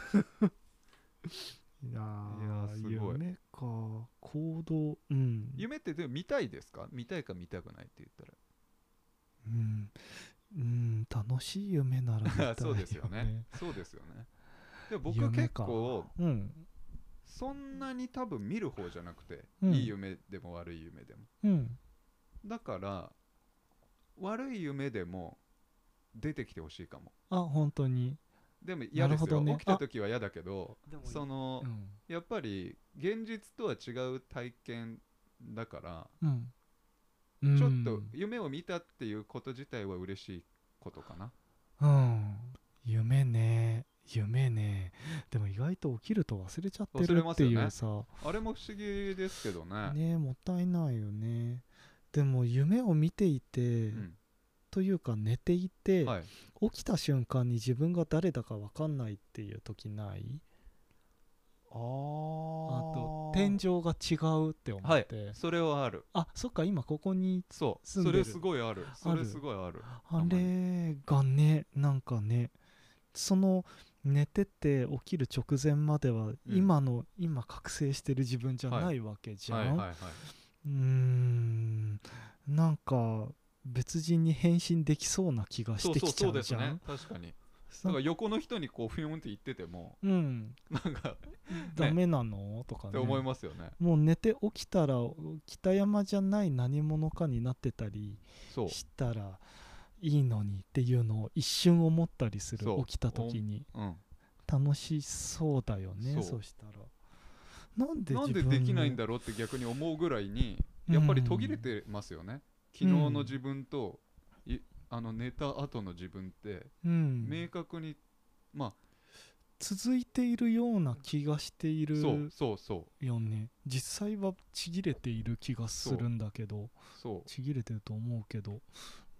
いやー、すごい夢か、行動、うん、 夢ってでも見たいですか？見たいか見たくないって言ったら、 うんうん、楽しい夢なら見たいよねそうですよね、そうですよね。でも僕結構、うん、そんなに多分見る方じゃなくて、うん、いい夢でも悪い夢でも、 うん、 だから悪い夢でも出てきてほしいかも。 あ、本当に。 でも嫌ですよ、ね、起きた時は嫌だけど、その、うん、やっぱり現実とは違う体験だから、うん、ちょっと夢を見たっていうこと自体は嬉しいことかな。 うん、夢ね、夢ね。でも意外と起きると忘れちゃってるっていうさ、 ね、あれも不思議ですけどね。 ね、もったいないよね。でも夢を見ていて、うん、というか寝ていて、はい、起きた瞬間に自分が誰だか分かんないっていう時ない？ ああと天井が違うって思って、 はい、それはある。 あ、そっか、今ここに住んでる。 そう、それすごいある。それすごいある。 あれがね、なんかね、その寝てて起きる直前までは今の、うん、今覚醒してる自分じゃないわけじゃん。はいはいはいはい、うーん、なんか別人に変身できそうな気がしてきちゃうじゃん。そうそうそうですね、 確かに。だから横の人にこうフィヨンって言ってても、うん、なんか、ね、 ダメなのとかねって思いますよね。 もう寝て起きたら北山じゃない何者かになってたりしたらいいのにっていうのを一瞬思ったりする。起きた時に、うん、楽しそうだよね。 そ, そうしたらなんで自分なんでできないんだろうって逆に思うぐらいにやっぱり途切れてますよね、うん、昨日の自分と、うん、あの寝た後の自分って、うん、明確にまあ続いているような気がしている。 そうそうそうよね。実際はちぎれている気がするんだけど、そうちぎれてると思うけど、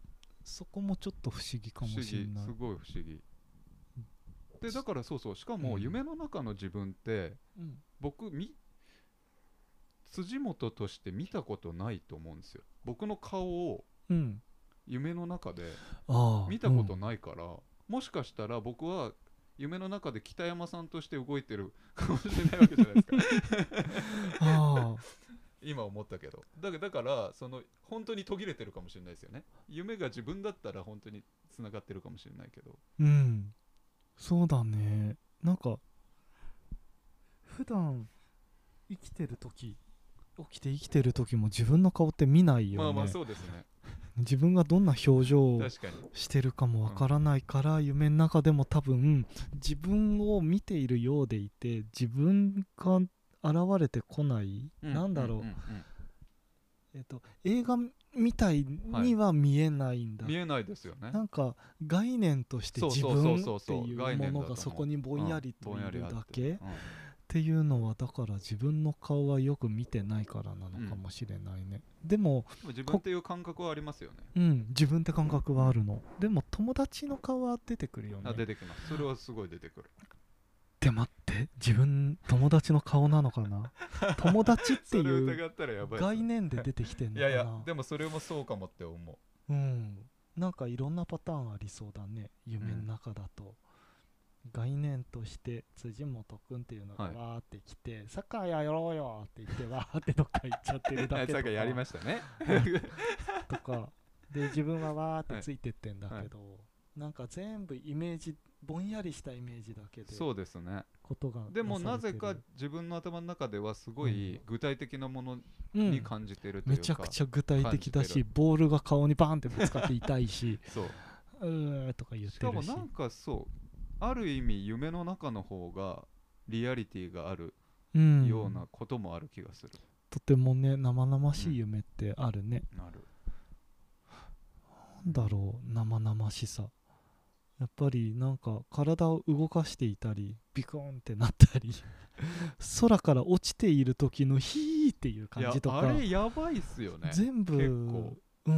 そこもちょっと不思議かもしれない。 すごい不思議で、だからそうそう、しかも夢の中の自分って、うん、僕み辻元として見たことないと思うんですよ。僕の顔を夢の中で見たことないから、うん、もしかしたら僕は夢の中で北山さんとして動いてるかもしれないわけじゃないですかあ今思ったけど、だから、だからその本当に途切れてるかもしれないですよね。夢が自分だったら本当に繋がってるかもしれないけど。 うん、そうだね。なんか普段生きてる時、起きて生きてる時も自分の顔って見ないよね。 まあまあそうですね。 自分がどんな表情をしてるかもわからないから、うん、夢の中でも多分自分を見ているようでいて、自分が現れてこない、うん、なんだろう、うんうんうん、えっと映画みたいには見えないんだ、 はい、見えないですよね。 なんか概念として自分っていうものがそこにぼんやりといるだけっていうのは、だから自分の顔はよく見てないからなのかもしれないね、うん、でも自分っていう感覚はありますよね。 うん、自分って感覚はあるの。でも友達の顔は出てくるよね。 あ、出てきます。それはすごい出てくる。 で待って、自分友達の顔なのかな友達っていう概念で出てきてんのかな。いやいや、 でもそれもそうかもって思う。うん、なんかいろんなパターンありそうだね、夢の中だと、うん、概念として辻元くんっていうのがわーってきて、はい、サッカーやろうよって言ってわーってどっか行っちゃってるだけとかサッカーやりましたねとかで、自分はわーってついてってんだけど、はいはい、なんか全部イメージ、ぼんやりしたイメージだけで、 そうですね、 ことがでもなぜか自分の頭の中ではすごい具体的なものに感じてるというか、うん、 めちゃくちゃ具体的だし、ボールが顔にバーンってぶつかって痛いしそううーとか言ってるし、しかもなんかそうある意味夢の中の方がリアリティがあるようなこともある気がする、うん、 とてもね、生々しい夢ってあるね、 うん、ある。 なんだろう、生々しさ、やっぱりなんか体を動かしていたりビクーンってなったり空から落ちている時のヒーっていう感じとか、 いやあれやばいっすよね。 全部結構、うん、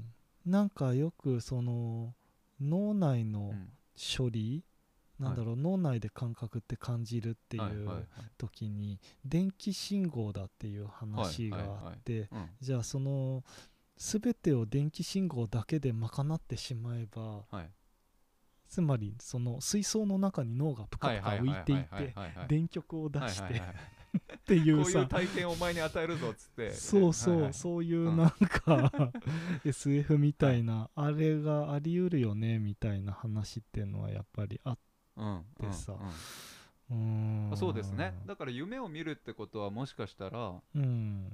なんかよくその脳内の処理、うん、なんだろう、はい、脳内で感覚って感じるっていう時に電気信号だっていう話があって、じゃあその全てを電気信号だけで賄ってしまえば、はい、つまりその水槽の中に脳がプカプカ浮いていて電極を出してっていうさ、 こういう体験をお前に与えるぞっつってそうそう、はいはい、そういうなんか、うん、エスエフみたいな、はい、あれがあり得るよねみたいな話っていうのはやっぱりあってさ、 うんうんうん、そうですね。だから夢を見るってことはもしかしたら、うん、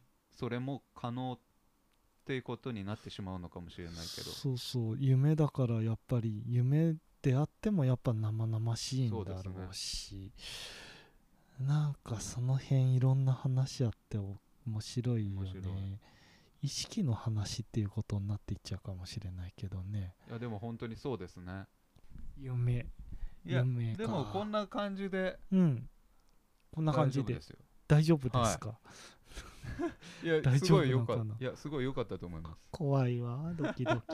それも可能っていうことになってしまうのかもしれないけど、 そうそう、夢だからやっぱり夢であってもやっぱ生々しいんだろうし、う、ね、なんかその辺いろんな話あって面白いよね。意識の話っていうことになっていっちゃうかもしれないけどね。 いやでも本当にそうですね。 夢、 いや夢か。でもこんな感じで、 うん、こんな感じで大丈夫ですか。 いや大丈夫なのかな。いやすごい良かったと思います。 怖いわ、ドキドキ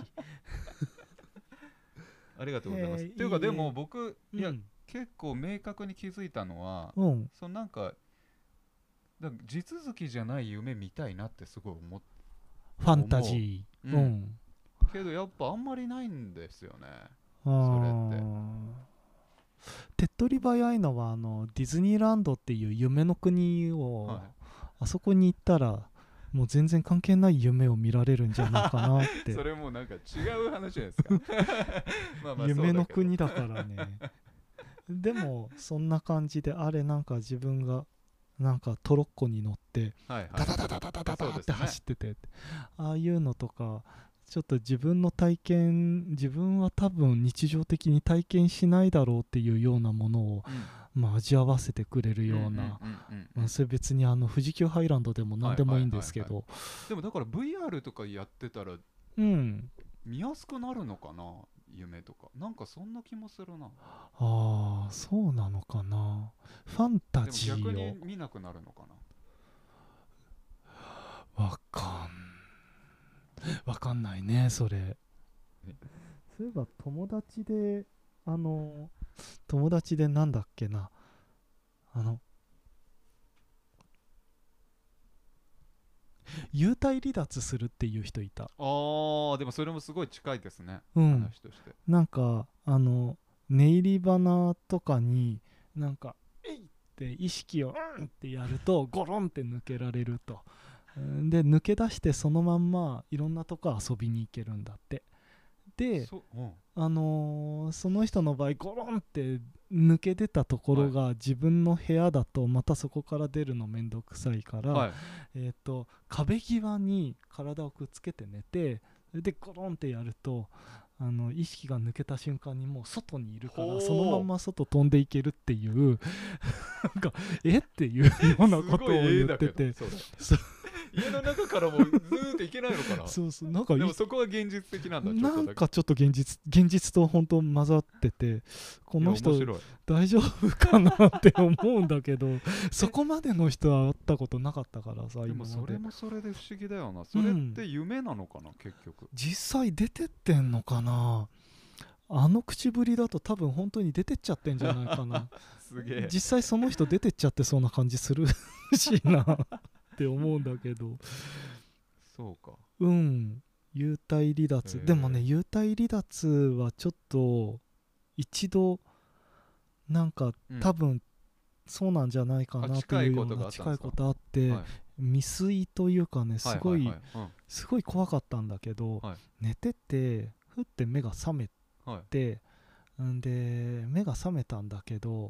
ありがとうございます。っていうかでも僕、いや、うん、結構明確に気づいたのは、うん、そのなんか、だから地続きじゃない夢見たいなってすごい思って、 ファンタジー、うんうん、 けどやっぱあんまりないんですよね、それって。 手っ取り早いのはあのディズニーランドっていう夢の国を、はい、あそこに行ったらもう全然関係ない夢を見られるんじゃないかなってそれもなんか違う話じゃないですかまあまあ夢の国だからねでもそんな感じで、あれなんか自分がなんかトロッコに乗って、はいはい、ダダダダダダダダって走ってて、ね、ああいうのとかちょっと自分の体験、自分は多分日常的に体験しないだろうっていうようなものを、うん、まあ、味わわせてくれるような、それ別にあの富士急ハイランドでも何でもいいんですけど、 でもだから ブイアール とかやってたら、 うん、 見やすくなるのかな、夢とか。なんかそんな気もするな。 ああ、そうなのかな。ファンタジーをでも逆に見なくなるのかな。わかんわかんないね、それ。 そういえば友達であの友達でなんだっけなあの幽体離脱するっていう人いた。あーでもそれもすごい近いですね、 うん、 話として。 なんかあの寝入り花とかになんかえいって意識をうんってやるとゴロンって抜けられると。で抜け出してそのまんまいろんなとこ遊びに行けるんだって。で、そ,、うんあのー、その人の場合ゴロンって抜け出たところが自分の部屋だとまたそこから出るのめんどくさいから、はいえー、と壁際に体をくっつけて寝てでゴロンってやるとあの意識が抜けた瞬間にもう外にいるからそのまんま外飛んでいけるっていうなんかえっていうようなことを言ってて家の中からもずーっといけないのかなそうそうなんかでもそこは現実的なんだ。ちょっとだけなんかちょっと現実現実と本当混ざっててこの人大丈夫かなって思うんだけどそこまでの人は会ったことなかったからさ。 でもそれもそれで不思議だよな。それって夢なのかな、うん、結局実際出てってんのかな。あの口ぶりだと多分本当に出てっちゃってんじゃないかなすげえ。 実際その人出てっちゃってそうな感じするしなって思うんだけど。 そうか。 うん幽体離脱でもね幽体離脱はちょっと一度なんか、うん、多分そうなんじゃないかなっていうような近いことあって、はい、未遂というかねすごい、はいはいはいうん、すごい怖かったんだけど、はい、寝ててふって目が覚めて、はい、んで目が覚めたんだけど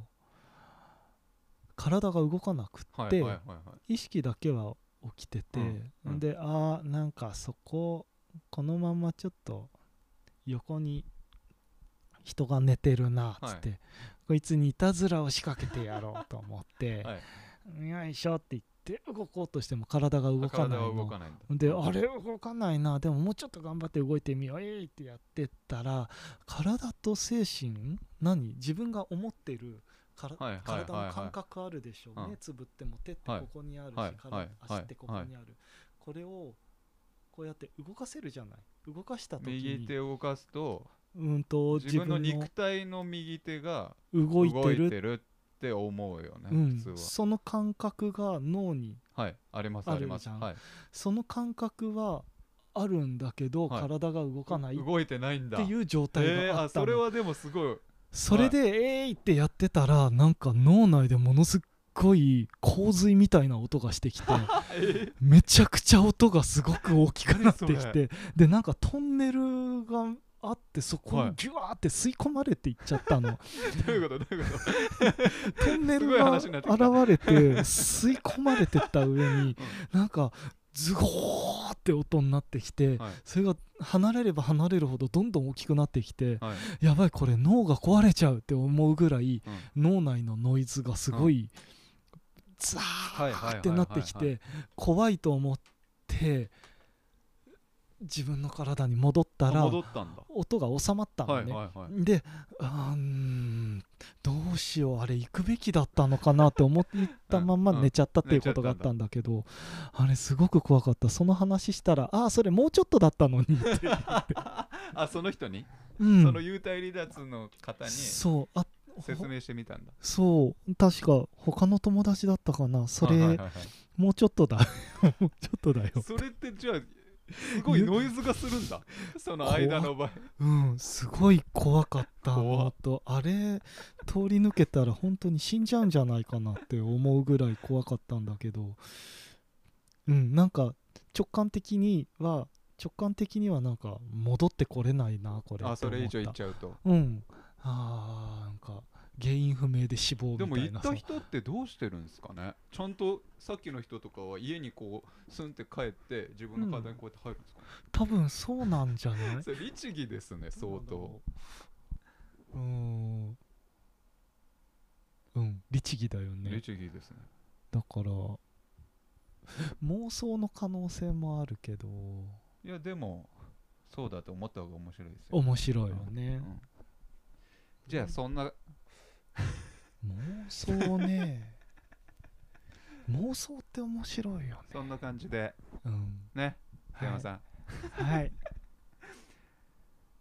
体が動かなくって、はいはいはいはい、意識だけは起きてて、うん、であーなんかそここのままちょっと横に人が寝てるなっつって、はい、こいつにいたずらを仕掛けてやろうと思って、はい、よいしょって言って動こうとしても体が動かないの。動かないんだ。であれ動かないなでももうちょっと頑張って動いてみようえいってやってったら体と精神何自分が思ってるからはいはいはいはい、体の感覚あるでしょ、うん、目つぶっても手ってここにあるし、はいはい、足ってここにある、はい、これをこうやって動かせるじゃない。動かした時に右手を動かすと、 うんと自分の肉体の右手が動いてる、 動いてるって思うよね、 うん、普通は。その感覚が脳にあるじゃん、はい、ありますあります、はい、 その感覚はあるんだけど、はい、体が動かない動いてないんだっていう状態があったの、えー、あそれはでもすごい。 それで、はい、えーいってやってたらなんか脳内でものすごい洪水みたいな音がしてきてめちゃくちゃ音がすごく大きくなってきてでなんかトンネルがあってそこにギュワーって吸い込まれていっちゃったの、はい、 どういうことどういうことトンネルが現れて吸い込まれてった上に、うん、なんかズゴーって音になってきて、はい、それが離れれば離れるほどどんどん大きくなってきて、はい、やばいこれ脳が壊れちゃうって思うぐらい、うん、脳内のノイズがすごい、うん、ザーってなってきて怖いと思って自分の体に戻ったら戻ったんだ音が収まったのね、はいはいはい、であーんどうしようあれ行くべきだったのかなって思ったまま寝ちゃったっていうことがあったんだけど、うんうん、あれすごく怖かった。その話したらあーそれもうちょっとだったのにってあその人に、うん、その幽体離脱の方にそうあ説明してみたんだ。 そう確か他の友達だったかなそれ、はいはいはいはい、もうちょっとだもうちょっとだよ。 それってじゃあすごいノイズがするんだその間の場合。 うんすごい怖かったのとあれ通り抜けたら本当に死んじゃうんじゃないかなって思うぐらい怖かったんだけど、うんなんか直感的には直感的にはなんか戻ってこれないなこれ。 あそれ以上いっちゃうとうんあーなんか原因不明で死亡みたいな。 でも行った人ってどうしてるんですかね。ちゃんとさっきの人とかは家にこうスンって帰って自分の体にこうやって入るんですか、ねうん、多分そうなんじゃないそれ律儀ですね相当。 うーんうん律儀だよね。 律儀ですね。 だから妄想の可能性もあるけどいやでもそうだと思った方が面白いですよ。 面白いよね、うん、 じゃあそんな妄想ね妄想って面白いよね。 そんな感じで、うん、ね北山さんはい、はい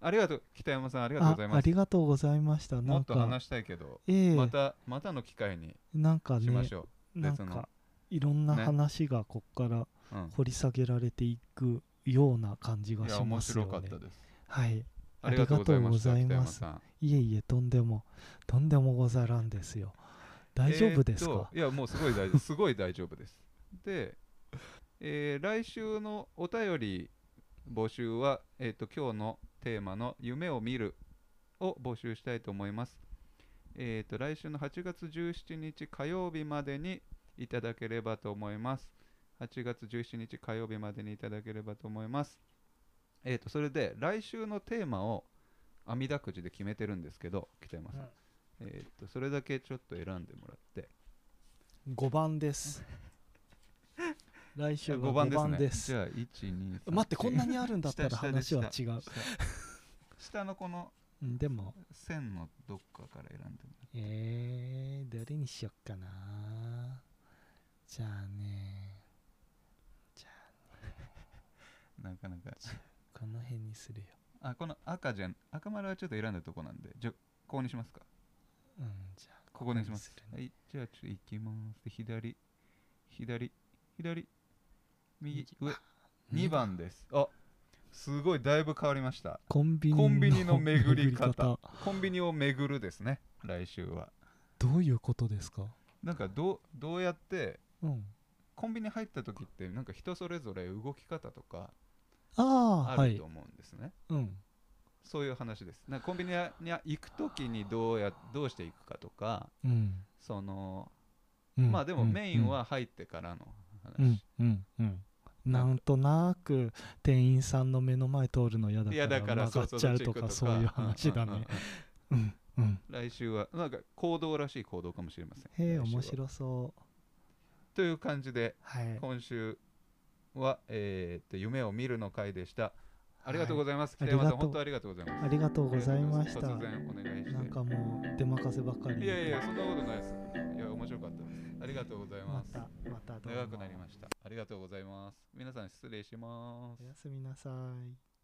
ありがとう、北山さん、ありがとうございます。 あ、ありがとうございました。なんかもっと話したいけど、 えー、 またまたの機会になんかね、 しましょう。 なんかいろんな話がここから掘り下げられていくような感じがしますよね。 いや面白かったです。 はい、ありがとうございます。いえいえ、とんでもとんでもござらんですよ。大丈夫ですか？ いやもうすごい大丈夫、すごい大丈夫です。で、えー、来週のお便り募集は、えーと、今日のテーマの夢を見るを募集したいと思います。えーと、来週のはちがつじゅうしちにち火曜日までにいただければと思います。はちがつじゅうしちにち火曜日までにいただければと思います。えーと、それで来週のテーマを阿弥陀くじで決めてるんですけど、北山さん。うんえー、とそれだけちょっと選んでもらってごばんです来週はごばんです。 じゃあいち、に、さん待って、こんなにあるんだったら話は違う。 下のこのでも線のどっかから選んでもらってえー、どれにしよっかな。じゃあねじゃあねなかなかこの辺にするよ。 あ、この赤じゃん、赤丸はちょっと選んだとこなんで、じゃあここにしますか。 うん、じゃあここにします。はい、じゃあちょっと行きます。で、左、左、左、右、上、にばんです。あ、すごい、だいぶ変わりました。 コンビニの, コンビニの巡り方。コンビニを巡るですね、来週は。 どういうことですか？ なんかどう、どうやって、 うん、 コンビニ入った時って、なんか人それぞれ動き方とかああると思うんですね。 はい、うん。 そういう話です。なんかコンビニに行くときにどうやどうしていくかとか、 うん、 その、 うん、 まあでもメインは入ってからの話。 うんうんうん、なんとなく店員さんの目の前通るの嫌だから曲がっちゃうとかそういう話だね。うんうん。 来週はなんか行動らしい行動かもしれません。 へえ、面白そう。 という感じで、 はい、 今週は、えー、と夢を見るの回でした。ありがとうございます。 はい、 北山さん、本当ありがとうございます。 ありがとうございました。 突然お願いして。 なんかもう出任せばっかり。 いやいや、そんなことないです。いや、面白かったです。ありがとうございます。 また、またどうも。 長くなりました。ありがとうございます。皆さん失礼します。 おやすみなさい。